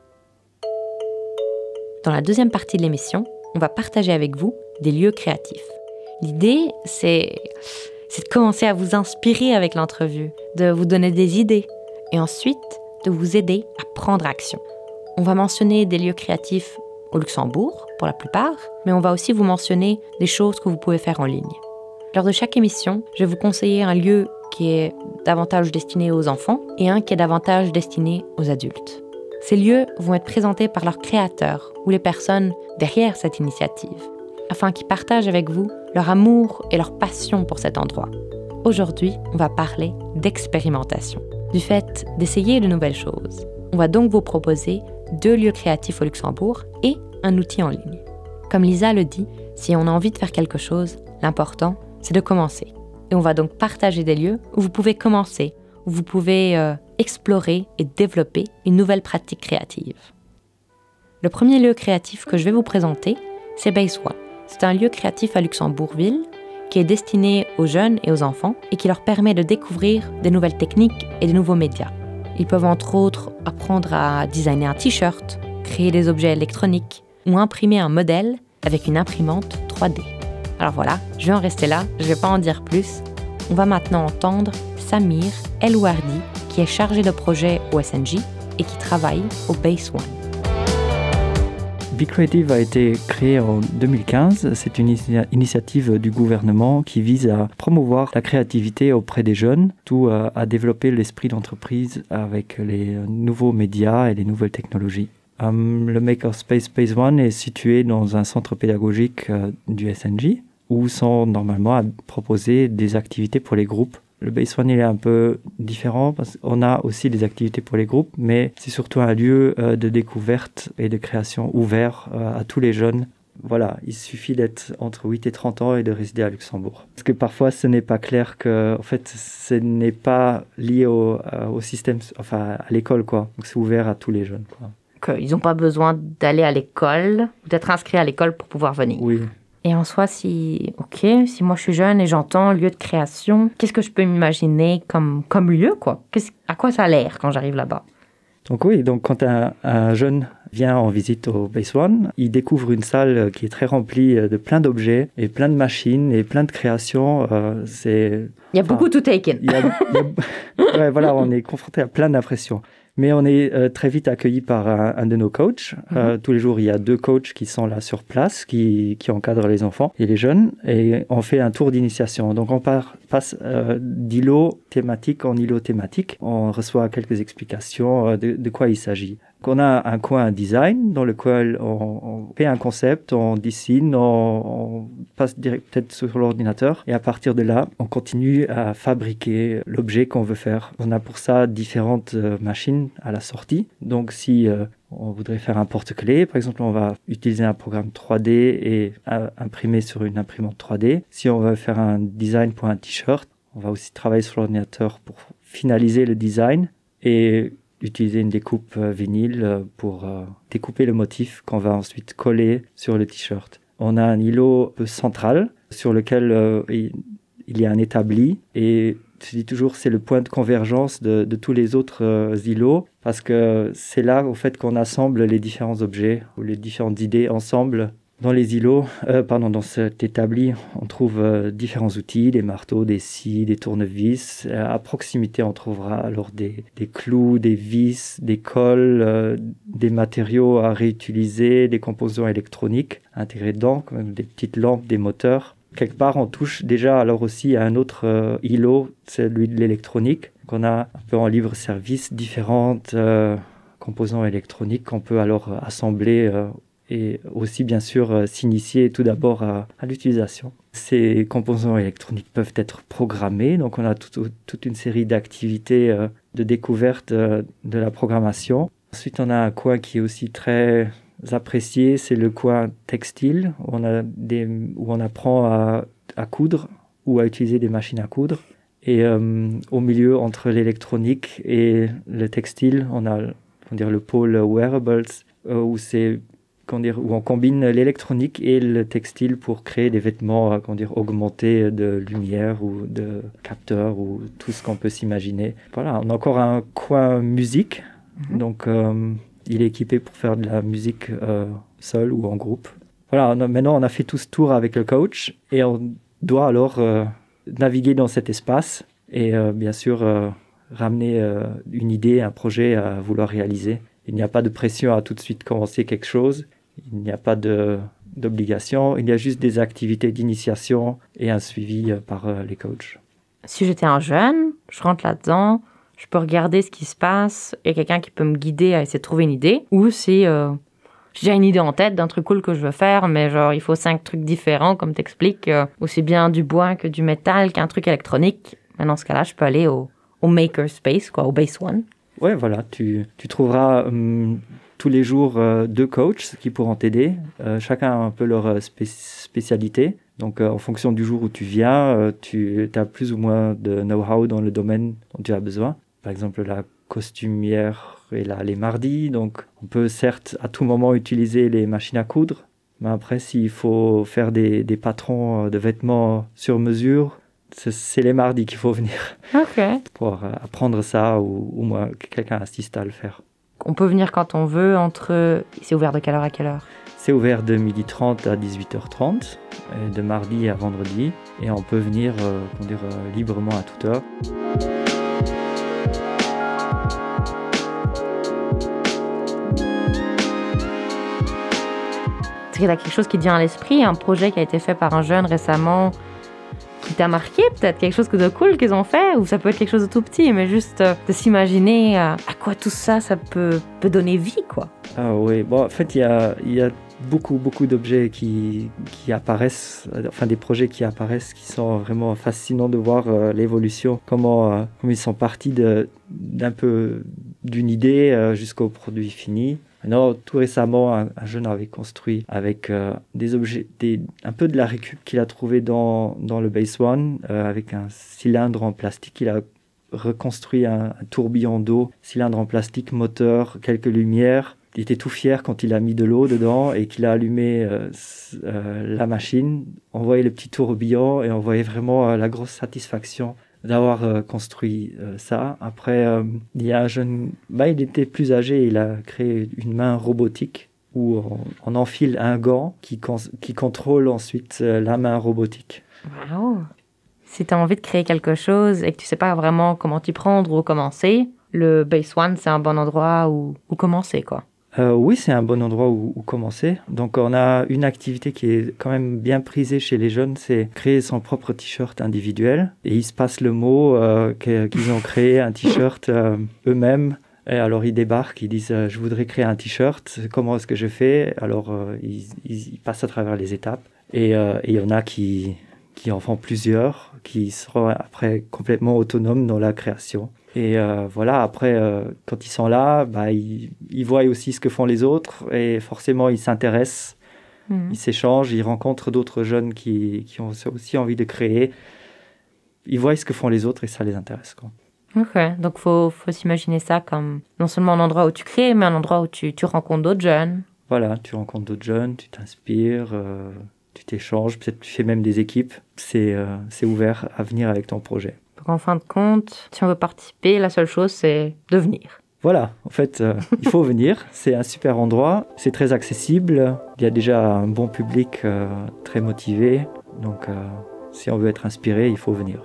Dans la deuxième partie de l'émission, on va partager avec vous des lieux créatifs. L'idée, c'est, c'est de commencer à vous inspirer avec l'entrevue, de vous donner des idées et ensuite de vous aider à prendre action. On va mentionner des lieux créatifs au Luxembourg, pour la plupart, mais on va aussi vous mentionner des choses que vous pouvez faire en ligne. Lors de chaque émission, je vais vous conseiller un lieu qui est davantage destiné aux enfants et un qui est davantage destiné aux adultes. Ces lieux vont être présentés par leurs créateurs ou les personnes derrière cette initiative, afin qu'ils partagent avec vous leur amour et leur passion pour cet endroit. Aujourd'hui, on va parler d'expérimentation, du fait d'essayer de nouvelles choses. On va donc vous proposer deux lieux créatifs au Luxembourg et un outil en ligne. Comme Lisa le dit, si on a envie de faire quelque chose, l'important, c'est de commencer. Et on va donc partager des lieux où vous pouvez commencer, où vous pouvez euh, explorer et développer une nouvelle pratique créative. Le premier lieu créatif que je vais vous présenter, c'est Base One. C'est un lieu créatif à Luxembourgville qui est destiné aux jeunes et aux enfants et qui leur permet de découvrir des nouvelles techniques et de nouveaux médias. Ils peuvent entre autres apprendre à designer un t-shirt, créer des objets électroniques ou imprimer un modèle avec une imprimante trois D. Alors voilà, je vais en rester là, je ne vais pas en dire plus. On va maintenant entendre Samir El-Ouardi, qui est chargé de projet au S N J et qui travaille au Base One. Be Creative a été créé en deux mille quinze. C'est une initia- initiative du gouvernement qui vise à promouvoir la créativité auprès des jeunes, tout à, à développer l'esprit d'entreprise avec les nouveaux médias et les nouvelles technologies. Um, le Makerspace Base One est situé dans un centre pédagogique euh, du S N J où sont normalement à proposer des activités pour les groupes. Le Base One il est un peu différent parce qu'on a aussi des activités pour les groupes, mais c'est surtout un lieu euh, de découverte et de création ouvert euh, à tous les jeunes. Voilà, il suffit d'être entre huit et trente ans et de résider à Luxembourg. Parce que parfois, ce n'est pas clair que, en fait, ce n'est pas lié au, euh, au système, enfin, à l'école, quoi. Donc, c'est ouvert à tous les jeunes, quoi. Ils n'ont pas besoin d'aller à l'école ou d'être inscrits à l'école pour pouvoir venir. Oui. Et en soi, si, ok, si moi je suis jeune et j'entends lieu de création, qu'est-ce que je peux m'imaginer comme, comme lieu, quoi? Qu'est-ce, à quoi ça a l'air quand j'arrive là-bas? Donc oui, donc quand un, un jeune vient en visite au Base One, il découvre une salle qui est très remplie de plein d'objets et plein de machines et plein de créations. Euh, c'est, il y a enfin, beaucoup to take in. Il y a, il y a, ouais, voilà, on est confronté à plein d'impressions. Mais on est euh, très vite accueilli par un, un de nos coachs. Mm-hmm. Euh, tous les jours, il y a deux coachs qui sont là sur place, qui, qui encadrent les enfants et les jeunes. Et on fait un tour d'initiation. Donc, on part, passe euh, d'îlot thématique en îlot thématique. On reçoit quelques explications euh, de, de quoi il s'agit. On a un coin design dans lequel on, on fait un concept, on dessine, on, on passe direct, peut-être sur l'ordinateur et à partir de là, on continue à fabriquer l'objet qu'on veut faire. On a pour ça différentes euh, machines à la sortie. Donc si euh, on voudrait faire un porte-clés, par exemple, on va utiliser un programme trois D et euh, imprimer sur une imprimante trois D. Si on veut faire un design pour un t-shirt, on va aussi travailler sur l'ordinateur pour finaliser le design et utiliser une découpe euh, vinyle pour euh, découper le motif qu'on va ensuite coller sur le t-shirt. On a un îlot central sur lequel euh, il, il y a un établi et je dis toujours c'est le point de convergence de, de tous les autres euh, îlots parce que c'est là au fait qu'on assemble les différents objets ou les différentes idées ensemble. Dans les îlots, euh, pardon, dans cet établi, on trouve euh, différents outils, des marteaux, des scies, des tournevis. Euh, à proximité, on trouvera alors des, des clous, des vis, des cols, euh, des matériaux à réutiliser, des composants électroniques intégrés dedans, comme des petites lampes, des moteurs. Quelque part, on touche déjà alors aussi à un autre euh, îlot, celui de l'électronique. Donc on a un peu en livre-service différentes euh, composants électroniques qu'on peut alors assembler euh, et aussi bien sûr euh, s'initier tout d'abord à, à l'utilisation. Ces composants électroniques peuvent être programmés, donc on a tout, toute une série d'activités euh, de découverte euh, de la programmation. Ensuite, on a un coin qui est aussi très apprécié, c'est le coin textile, où on, a des, où on apprend à, à coudre ou à utiliser des machines à coudre. Et euh, au milieu, entre l'électronique et le textile, on a on dire, le pôle wearables, euh, où c'est Dire, où on combine l'électronique et le textile pour créer des vêtements dire, augmentés de lumière ou de capteurs ou tout ce qu'on peut s'imaginer. Voilà, on a encore un coin musique, mm-hmm. donc euh, il est équipé pour faire de la musique euh, seul ou en groupe. Voilà, on a, maintenant on a fait tout ce tour avec le coach et on doit alors euh, naviguer dans cet espace et euh, bien sûr euh, ramener euh, une idée, un projet à vouloir réaliser. Il n'y a pas de pression à tout de suite commencer quelque chose. Il n'y a pas de, d'obligation. Il y a juste des activités d'initiation et un suivi par euh, les coachs. Si j'étais un jeune, je rentre là-dedans, je peux regarder ce qui se passe. Il y a quelqu'un qui peut me guider à essayer de trouver une idée. Ou si euh, j'ai une idée en tête d'un truc cool que je veux faire, mais genre il faut cinq trucs différents, comme t'expliques, euh, aussi bien du bois que du métal qu'un truc électronique. Mais dans ce cas-là, je peux aller au, au makerspace, quoi, au Base One. Ouais, voilà, tu, tu trouveras hum, tous les jours euh, deux coachs qui pourront t'aider. Euh, chacun a un peu leur spé- spécialité. Donc, euh, en fonction du jour où tu viens, euh, tu as plus ou moins de know-how dans le domaine dont tu as besoin. Par exemple, la costumière est là les mardis. Donc, on peut certes à tout moment utiliser les machines à coudre. Mais après, s'il faut faire des, des patrons de vêtements sur mesure, c'est les mardis qu'il faut venir okay. pour apprendre ça ou, ou moi, quelqu'un assiste à le faire. On peut venir quand on veut, entre... C'est ouvert de quelle heure à quelle heure? C'est ouvert de midi trente à dix-huit heures trente, de mardi à vendredi, et on peut venir euh, comment dire, euh, librement à toute heure. Est-ce qu'il y a quelque chose qui te vient à l'esprit, un projet qui a été fait par un jeune récemment qui t'a marqué, peut-être quelque chose de cool qu'ils ont fait, ou ça peut être quelque chose de tout petit, mais juste euh, de s'imaginer euh, à quoi tout ça, ça peut, peut donner vie, quoi. Ah oui, bon, en fait, il y a, y a beaucoup, beaucoup d'objets qui, qui apparaissent, enfin des projets qui apparaissent, qui sont vraiment fascinants de voir euh, l'évolution, comment, euh, comment ils sont partis de, d'un peu d'une idée euh, jusqu'au produit fini. Maintenant, tout récemment, un, un jeune avait construit avec euh, des objets, des, un peu de la récup qu'il a trouvé dans, dans le Base One, euh, avec un cylindre en plastique. Il a reconstruit un, un tourbillon d'eau, cylindre en plastique, moteur, quelques lumières. Il était tout fier quand il a mis de l'eau dedans et qu'il a allumé euh, euh, la machine. On voyait le petit tourbillon et on voyait vraiment euh, la grosse satisfaction d'avoir euh, construit euh, ça. Après, euh, il y a un jeune... Bah, il était plus âgé, il a créé une main robotique où on, on enfile un gant qui, con- qui contrôle ensuite euh, la main robotique. Wow. Si tu as envie de créer quelque chose et que tu sais pas vraiment comment t'y prendre ou commencer, le Base One, c'est un bon endroit où, où commencer, quoi. Euh, oui, c'est un bon endroit où, où commencer. Donc, on a une activité qui est quand même bien prisée chez les jeunes, c'est créer son propre t-shirt individuel. Et ils se passent le mot euh, qu'ils ont créé un t-shirt euh, eux-mêmes. Et alors, ils débarquent, ils disent euh, « Je voudrais créer un t-shirt, comment est-ce que je fais ?» Alors, euh, ils, ils, ils passent à travers les étapes. Et euh, il y en a qui, qui en font plusieurs, qui seront après complètement autonomes dans la création. Et euh, voilà, après, euh, quand ils sont là, bah, ils, ils voient aussi ce que font les autres et forcément, ils s'intéressent, mmh. ils s'échangent, ils rencontrent d'autres jeunes qui, qui ont aussi envie de créer. Ils voient ce que font les autres et ça les intéresse, quoi. Ok, donc il faut, faut s'imaginer ça comme non seulement un endroit où tu crées, mais un endroit où tu, tu rencontres d'autres jeunes. Voilà, tu rencontres d'autres jeunes, tu t'inspires, euh, tu t'échanges, peut-être tu fais même des équipes. C'est, euh, c'est ouvert à venir avec ton projet. Donc en fin de compte, si on veut participer, la seule chose, c'est de venir. Voilà, en fait, euh, il faut venir. C'est un super endroit, c'est très accessible. Il y a déjà un bon public euh, très motivé. Donc, euh, si on veut être inspiré, il faut venir.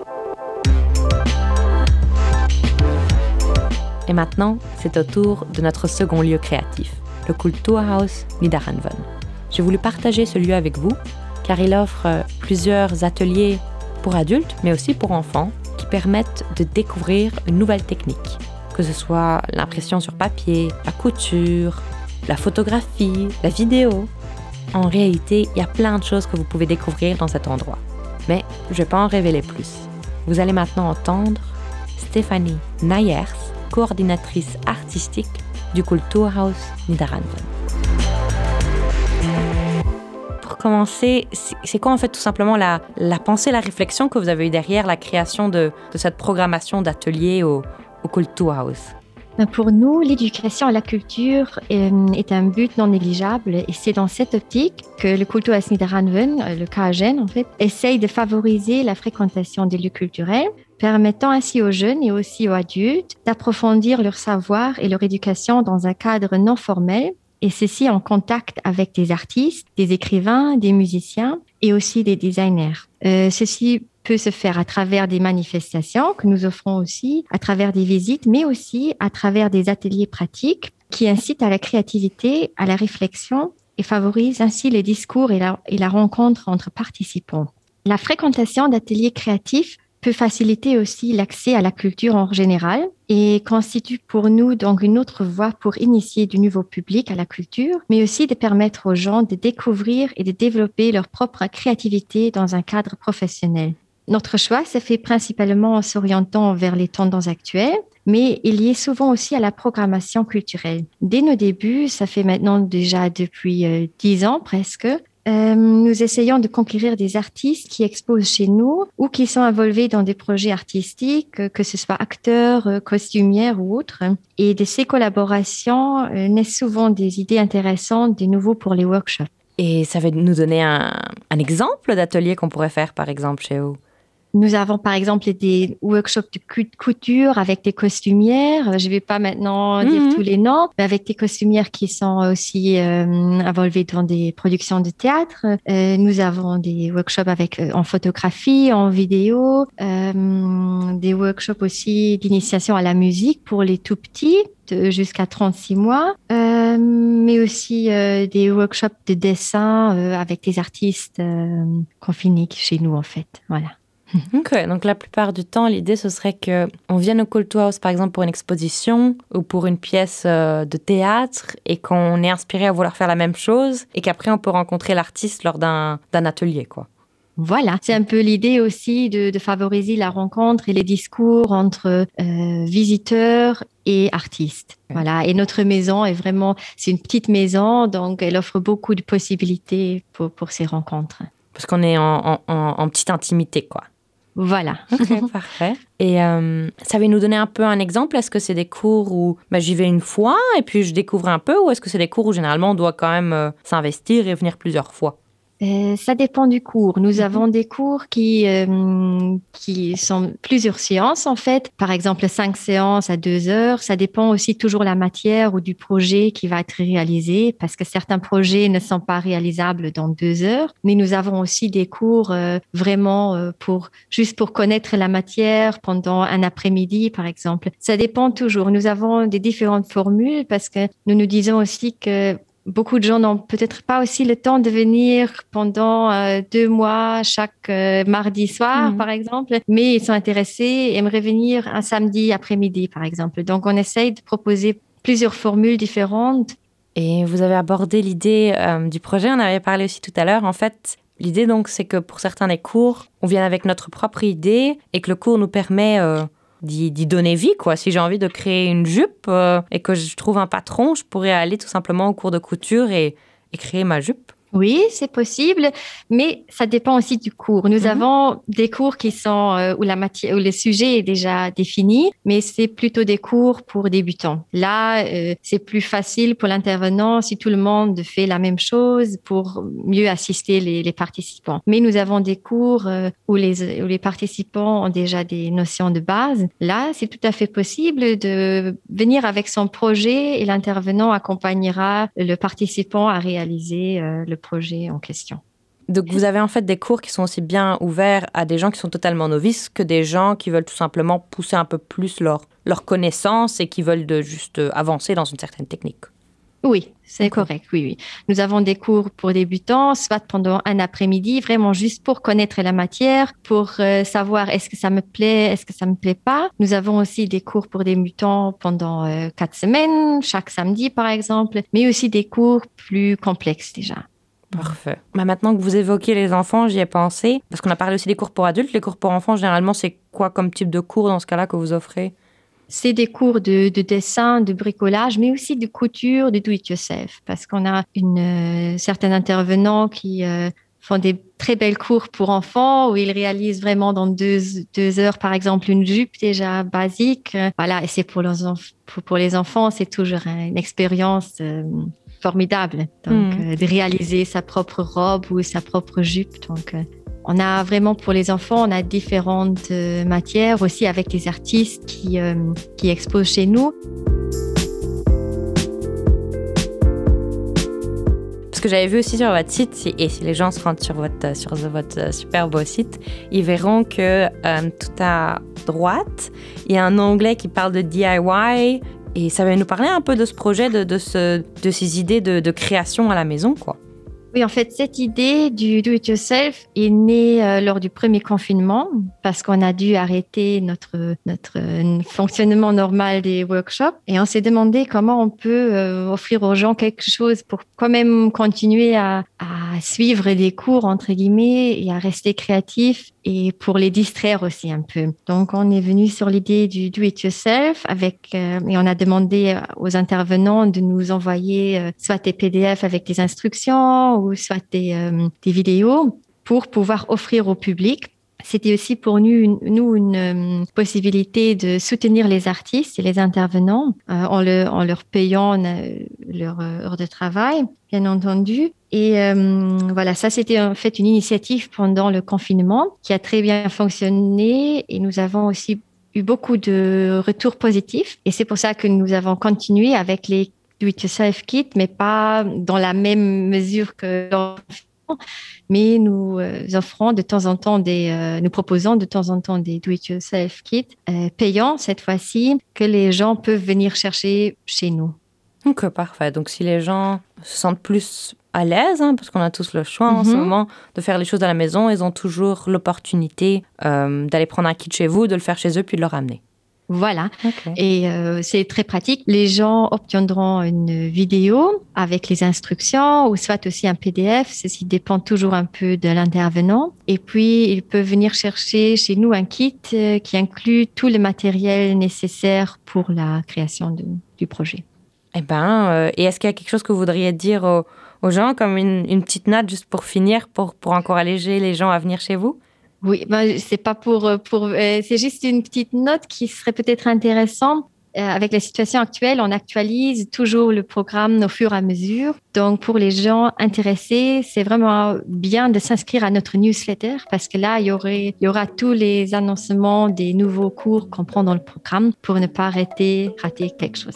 Et maintenant, c'est au tour de notre second lieu créatif, le Kulturhaus Niederanven. J'ai voulu partager ce lieu avec vous, car il offre plusieurs ateliers pour adultes, mais aussi pour enfants, qui permettent de découvrir une nouvelle technique. Que ce soit l'impression sur papier, la couture, la photographie, la vidéo. En réalité, il y a plein de choses que vous pouvez découvrir dans cet endroit. Mais je ne vais pas en révéler plus. Vous allez maintenant entendre Stéphanie Nayers, coordinatrice artistique du Kulturhaus Niederanven. Pour commencer, c'est quoi en fait tout simplement la, la pensée, la réflexion que vous avez eue derrière la création de, de cette programmation d'ateliers au au Kulturhaus? Pour nous, l'éducation à la culture est un but non négligeable et c'est dans cette optique que le Kulturhaus Niederanven, le K A G N en fait, essaye de favoriser la fréquentation des lieux culturels, permettant ainsi aux jeunes et aussi aux adultes d'approfondir leur savoir et leur éducation dans un cadre non formel, et ceci en contact avec des artistes, des écrivains, des musiciens et aussi des designers. Euh, ceci peut se faire à travers des manifestations que nous offrons aussi, à travers des visites, mais aussi à travers des ateliers pratiques qui incitent à la créativité, à la réflexion et favorisent ainsi les discours et la, et la rencontre entre participants. La fréquentation d'ateliers créatifs peut faciliter aussi l'accès à la culture en général et constitue pour nous donc une autre voie pour initier du nouveau public à la culture, mais aussi de permettre aux gens de découvrir et de développer leur propre créativité dans un cadre professionnel. Notre choix se fait principalement en s'orientant vers les tendances actuelles, mais il y est souvent aussi à la programmation culturelle. Dès nos débuts, ça fait maintenant déjà depuis euh, dix ans presque, euh, nous essayons de conquérir des artistes qui exposent chez nous ou qui sont involvés dans des projets artistiques, que ce soit acteurs, costumières ou autres. Et de ces collaborations euh, naissent souvent des idées intéressantes, des nouveaux pour les workshops. Et ça va nous donner un, un exemple d'atelier qu'on pourrait faire par exemple chez vous? Nous avons par exemple des workshops de couture avec des costumières. Je ne vais pas maintenant dire mmh. tous les noms, mais avec des costumières qui sont aussi euh, involvées dans des productions de théâtre. Euh, nous avons des workshops avec, euh, en photographie, en vidéo, euh, des workshops aussi d'initiation à la musique pour les tout petits jusqu'à trente-six mois, euh, mais aussi euh, des workshops de dessin euh, avec des artistes euh, qu'on finit chez nous en fait. Voilà. Ok, donc la plupart du temps, l'idée, ce serait qu'on vienne au Kulturhaus, par exemple, pour une exposition ou pour une pièce euh, de théâtre et qu'on est inspiré à vouloir faire la même chose et qu'après, on peut rencontrer l'artiste lors d'un, d'un atelier, quoi. Voilà, c'est un peu l'idée aussi de, de favoriser la rencontre et les discours entre euh, visiteurs et artistes. Voilà, et notre maison est vraiment, c'est une petite maison, donc elle offre beaucoup de possibilités pour, pour ces rencontres. Parce qu'on est en, en, en petite intimité, quoi. Voilà. Okay, parfait. Et euh, ça va nous donner un peu un exemple. Est-ce que c'est des cours où bah, j'y vais une fois et puis je découvre un peu, ou est-ce que c'est des cours où généralement on doit quand même euh, s'investir et venir plusieurs fois? Euh, ça dépend du cours. Nous mm-hmm. avons des cours qui euh, qui sont plusieurs séances en fait. Par exemple, cinq séances à deux heures. Ça dépend aussi toujours de la matière ou du projet qui va être réalisé, parce que certains projets ne sont pas réalisables dans deux heures. Mais nous avons aussi des cours euh, vraiment euh, pour juste pour connaître la matière pendant un après-midi, par exemple. Ça dépend toujours. Nous avons des différentes formules parce que nous nous disons aussi que beaucoup de gens n'ont peut-être pas aussi le temps de venir pendant euh, deux mois chaque euh, mardi soir, mmh. par exemple, mais ils sont intéressés et aimeraient venir un samedi après-midi, par exemple. Donc, on essaye de proposer plusieurs formules différentes. Et vous avez abordé l'idée euh, du projet, on avait parlé aussi tout à l'heure. En fait, l'idée, donc, c'est que pour certains des cours, on vient avec notre propre idée et que le cours nous permet... Euh, D'y, d'y donner vie, quoi. Si j'ai envie de créer une jupe euh, et que je trouve un patron, je pourrais aller tout simplement au cours de couture et, et créer ma jupe. Oui, c'est possible, mais ça dépend aussi du cours. Nous mm-hmm. avons des cours qui sont euh, où la matière, où le sujet est déjà défini, mais c'est plutôt des cours pour débutants. Là, euh, c'est plus facile pour l'intervenant si tout le monde fait la même chose pour mieux assister les, les participants. Mais nous avons des cours euh, où les où les participants ont déjà des notions de base. Là, c'est tout à fait possible de venir avec son projet et l'intervenant accompagnera le participant à réaliser euh, le projet en question. Donc, vous avez en fait des cours qui sont aussi bien ouverts à des gens qui sont totalement novices que des gens qui veulent tout simplement pousser un peu plus leur, leur connaissance et qui veulent de juste avancer dans une certaine technique. Oui, c'est okay. correct, oui, oui. Nous avons des cours pour débutants, soit pendant un après-midi, vraiment juste pour connaître la matière, pour euh, savoir est-ce que ça me plaît, est-ce que ça me plaît pas. Nous avons aussi des cours pour débutants pendant euh, quatre semaines, chaque samedi par exemple, mais aussi des cours plus complexes déjà. Parfait. Bah maintenant que vous évoquez les enfants, j'y ai pensé, parce qu'on a parlé aussi des cours pour adultes. Les cours pour enfants, généralement, c'est quoi comme type de cours dans ce cas-là que vous offrez? C'est des cours de, de dessin, de bricolage, mais aussi de couture, de do-it-yourself, parce qu'on a une euh, certains intervenants qui euh, font des très belles cours pour enfants où ils réalisent vraiment dans deux, deux heures, par exemple, une jupe déjà basique. Voilà, et c'est pour les, enf- pour, pour les enfants, c'est toujours une expérience euh, formidable. Donc, mmh. euh, de réaliser sa propre robe ou sa propre jupe. Donc, euh, on a vraiment pour les enfants, on a différentes euh, matières aussi avec des artistes qui, euh, qui exposent chez nous. Ce que j'avais vu aussi sur votre site, et si les gens se rendent sur votre, sur votre super beau site, ils verront que euh, tout à droite, il y a un onglet qui parle de D I Y. Et ça va nous parler un peu de ce projet, de, de, ce, de ces idées de, de création à la maison, quoi. Oui, en fait, cette idée du do-it-yourself est née euh, lors du premier confinement parce qu'on a dû arrêter notre, notre euh, fonctionnement normal des workshops et on s'est demandé comment on peut euh, offrir aux gens quelque chose pour quand même continuer à, à suivre des cours, entre guillemets, et à rester créatif et pour les distraire aussi un peu. Donc, on est venu sur l'idée du do-it-yourself avec, euh, et on a demandé aux intervenants de nous envoyer euh, soit des P D F avec des instructions ou soit des, euh, des vidéos pour pouvoir offrir au public. C'était aussi pour nous une, nous une euh, possibilité de soutenir les artistes et les intervenants euh, en, le, en leur payant euh, leur heure de travail, bien entendu. Et euh, voilà, ça c'était en fait une initiative pendant le confinement qui a très bien fonctionné et nous avons aussi eu beaucoup de retours positifs. Et c'est pour ça que nous avons continué avec les do-it-yourself kits, mais pas dans la même mesure que l'enfant. Mais nous euh, offrons de temps en temps des, euh, nous proposons de temps en temps des do-it-yourself kits euh, payants cette fois-ci que les gens peuvent venir chercher chez nous. Ok, parfait. Donc si les gens se sentent plus à l'aise, hein, parce qu'on a tous le choix mm-hmm. en ce moment de faire les choses à la maison, ils ont toujours l'opportunité euh, d'aller prendre un kit chez vous, de le faire chez eux, puis de le ramener. Voilà, okay. Et euh, c'est très pratique. Les gens obtiendront une vidéo avec les instructions ou soit aussi un P D F. Ceci dépend toujours un peu de l'intervenant. Et puis, ils peuvent venir chercher chez nous un kit euh, qui inclut tout le matériel nécessaire pour la création de, du projet. Eh ben, euh, et est-ce qu'il y a quelque chose que vous voudriez dire aux, aux gens, comme une, une petite note juste pour finir, pour, pour encore alléger les gens à venir chez vous? Oui, ben, c'est pas pour, pour euh, c'est juste une petite note qui serait peut-être intéressante. Euh, avec la situation actuelle, on actualise toujours le programme au fur et à mesure. Donc, pour les gens intéressés, c'est vraiment bien de s'inscrire à notre newsletter parce que là, il y aurait, il y aura tous les annoncements des nouveaux cours qu'on prend dans le programme pour ne pas rater, rater quelque chose.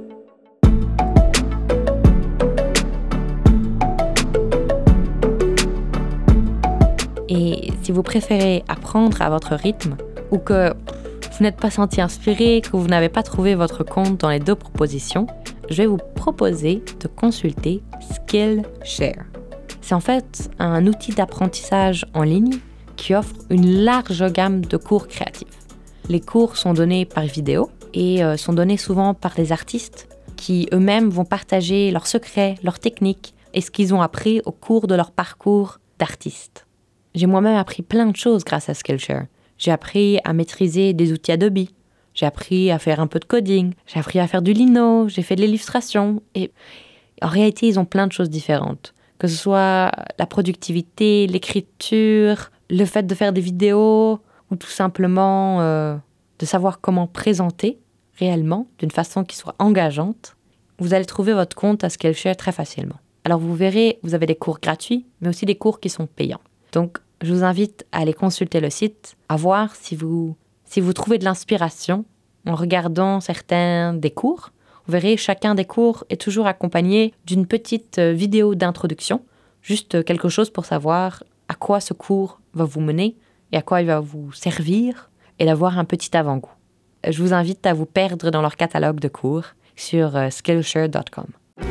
Et si vous préférez apprendre à votre rythme ou que vous n'êtes pas senti inspiré, que vous n'avez pas trouvé votre compte dans les deux propositions, je vais vous proposer de consulter Skillshare. C'est en fait un outil d'apprentissage en ligne qui offre une large gamme de cours créatifs. Les cours sont donnés par vidéo et euh, sont donnés souvent par des artistes qui eux-mêmes vont partager leurs secrets, leurs techniques et ce qu'ils ont appris au cours de leur parcours d'artiste. J'ai moi-même appris plein de choses grâce à Skillshare. J'ai appris à maîtriser des outils Adobe. J'ai appris à faire un peu de coding. J'ai appris à faire du lino. J'ai fait de l'illustration. Et en réalité, ils ont plein de choses différentes. que ce soit la productivité, l'écriture, le fait de faire des vidéos ou tout simplement euh, de savoir comment présenter réellement d'une façon qui soit engageante, vous allez trouver votre compte à Skillshare très facilement. Alors vous verrez, vous avez des cours gratuits, mais aussi des cours qui sont payants. Donc je vous invite à aller consulter le site, à voir si vous, si vous trouvez de l'inspiration en regardant certains des cours. Vous verrez, chacun des cours est toujours accompagné d'une petite vidéo d'introduction, juste quelque chose pour savoir à quoi ce cours va vous mener et à quoi il va vous servir et d'avoir un petit avant-goût. Je vous invite à vous perdre dans leur catalogue de cours sur uh, skillshare point com.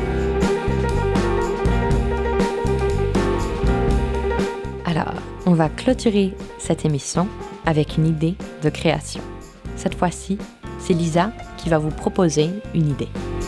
Alors, on va clôturer cette émission avec une idée de création. Cette fois-ci, c'est Lisa qui va vous proposer une idée.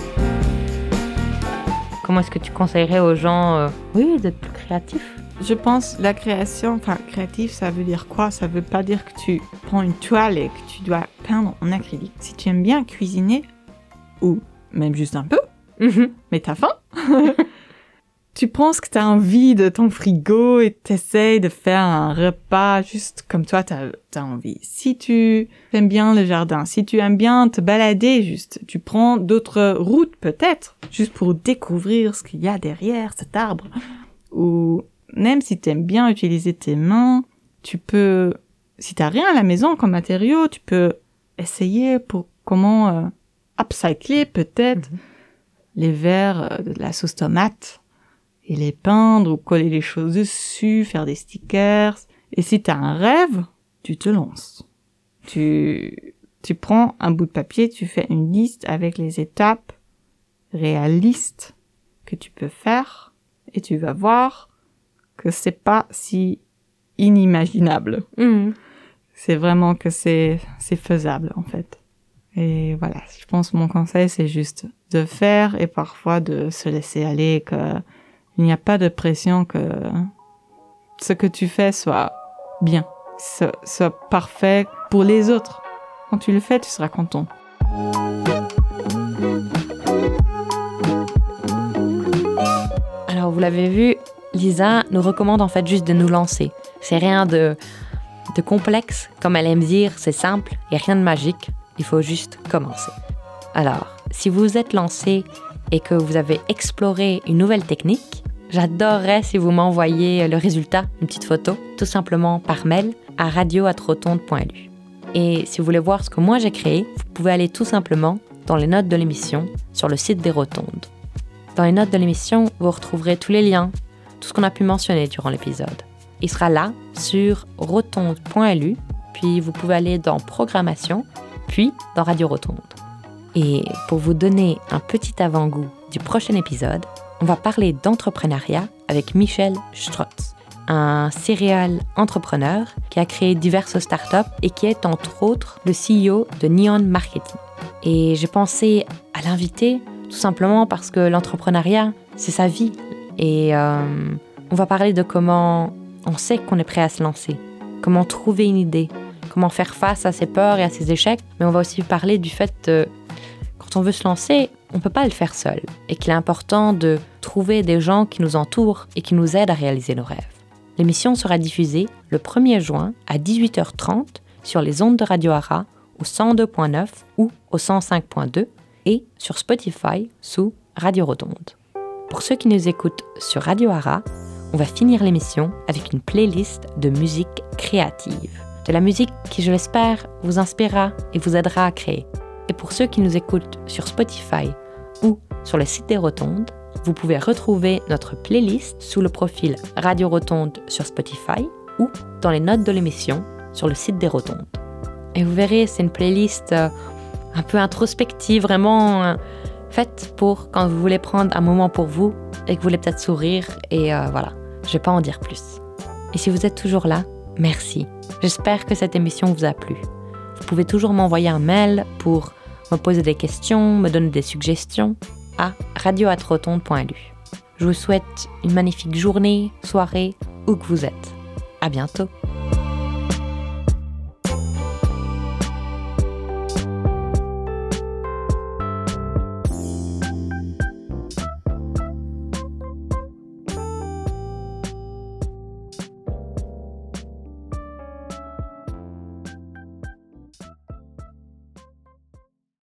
Comment est-ce que tu conseillerais aux gens euh, oui, d'être plus créatifs? Je pense la création, enfin créatif, ça veut dire quoi? Ça veut pas dire que tu prends une toile et que tu dois peindre en acrylique. Si tu aimes bien cuisiner, ou même juste un peu, mm-hmm. mais t'as faim, tu prends ce que t'as envie de ton frigo et t'essayes de faire un repas juste comme toi t'as, t'as envie. Si tu aimes bien le jardin, si tu aimes bien te balader juste, tu prends d'autres routes peut-être, juste pour découvrir ce qu'il y a derrière cet arbre. Ou même si tu aimes bien utiliser tes mains, tu peux, si t'as rien à la maison comme matériau, tu peux essayer pour comment euh, upcycler peut-être mm-hmm. les verres euh, de la sauce tomate et les peindre ou coller les choses dessus, faire des stickers. Et si t'as un rêve, tu te lances. Tu, tu prends un bout de papier, tu fais une liste avec les étapes réalistes que tu peux faire et tu vas voir que c'est pas si inimaginable. Mmh. C'est vraiment que c'est, c'est faisable, en fait. Et voilà, je pense que mon conseil, c'est juste de faire et parfois de se laisser aller, que il n'y a pas de pression que ce que tu fais soit bien, soit, soit parfait pour les autres. Quand tu le fais, tu seras content. Alors, vous l'avez vu, Lisa nous recommande en fait juste de nous lancer. C'est rien de, de complexe, comme elle aime dire, c'est simple, il n'y a rien de magique, il faut juste commencer. Alors, si vous vous êtes lancé et que vous avez exploré une nouvelle technique, j'adorerais si vous m'envoyiez le résultat, une petite photo, tout simplement par mail à radio arobase rotonde point l u. Et si vous voulez voir ce que moi j'ai créé, vous pouvez aller tout simplement dans les notes de l'émission sur le site des Rotondes. Dans les notes de l'émission, vous retrouverez tous les liens, tout ce qu'on a pu mentionner durant l'épisode. Il sera là sur rotonde point l u, puis vous pouvez aller dans Programmation, puis dans Radio Rotonde. Et pour vous donner un petit avant-goût du prochain épisode, on va parler d'entrepreneuriat avec Michel Strotz, un serial entrepreneur qui a créé diverses startups et qui est entre autres le C E O de Neon Marketing. Et j'ai pensé à l'inviter tout simplement parce que l'entrepreneuriat, c'est sa vie. Et euh, on va parler de comment on sait qu'on est prêt à se lancer, comment trouver une idée, comment faire face à ses peurs et à ses échecs. Mais on va aussi parler du fait que quand on veut se lancer, on ne peut pas le faire seul et qu'il est important de trouver des gens qui nous entourent et qui nous aident à réaliser nos rêves. L'émission sera diffusée le premier juin à dix-huit heures trente sur les ondes de Radio Ara au cent deux point neuf ou au cent cinq point deux et sur Spotify sous Radio Rotonde. Pour ceux qui nous écoutent sur Radio Ara, on va finir l'émission avec une playlist de musique créative. De la musique qui, je l'espère, vous inspirera et vous aidera à créer. Et pour ceux qui nous écoutent sur Spotify ou sur le site des Rotondes, vous pouvez retrouver notre playlist sous le profil Radio Rotonde sur Spotify ou dans les notes de l'émission sur le site des Rotondes. Et vous verrez, c'est une playlist euh, un peu introspective, vraiment euh, faite pour quand vous voulez prendre un moment pour vous et que vous voulez peut-être sourire. Et euh, voilà, je ne vais pas en dire plus. Et si vous êtes toujours là, merci. J'espère que cette émission vous a plu. Vous pouvez toujours m'envoyer un mail pour me poser des questions, me donner des suggestions à radio arobase rotonde point l u. Je vous souhaite une magnifique journée, soirée, où que vous êtes. À bientôt.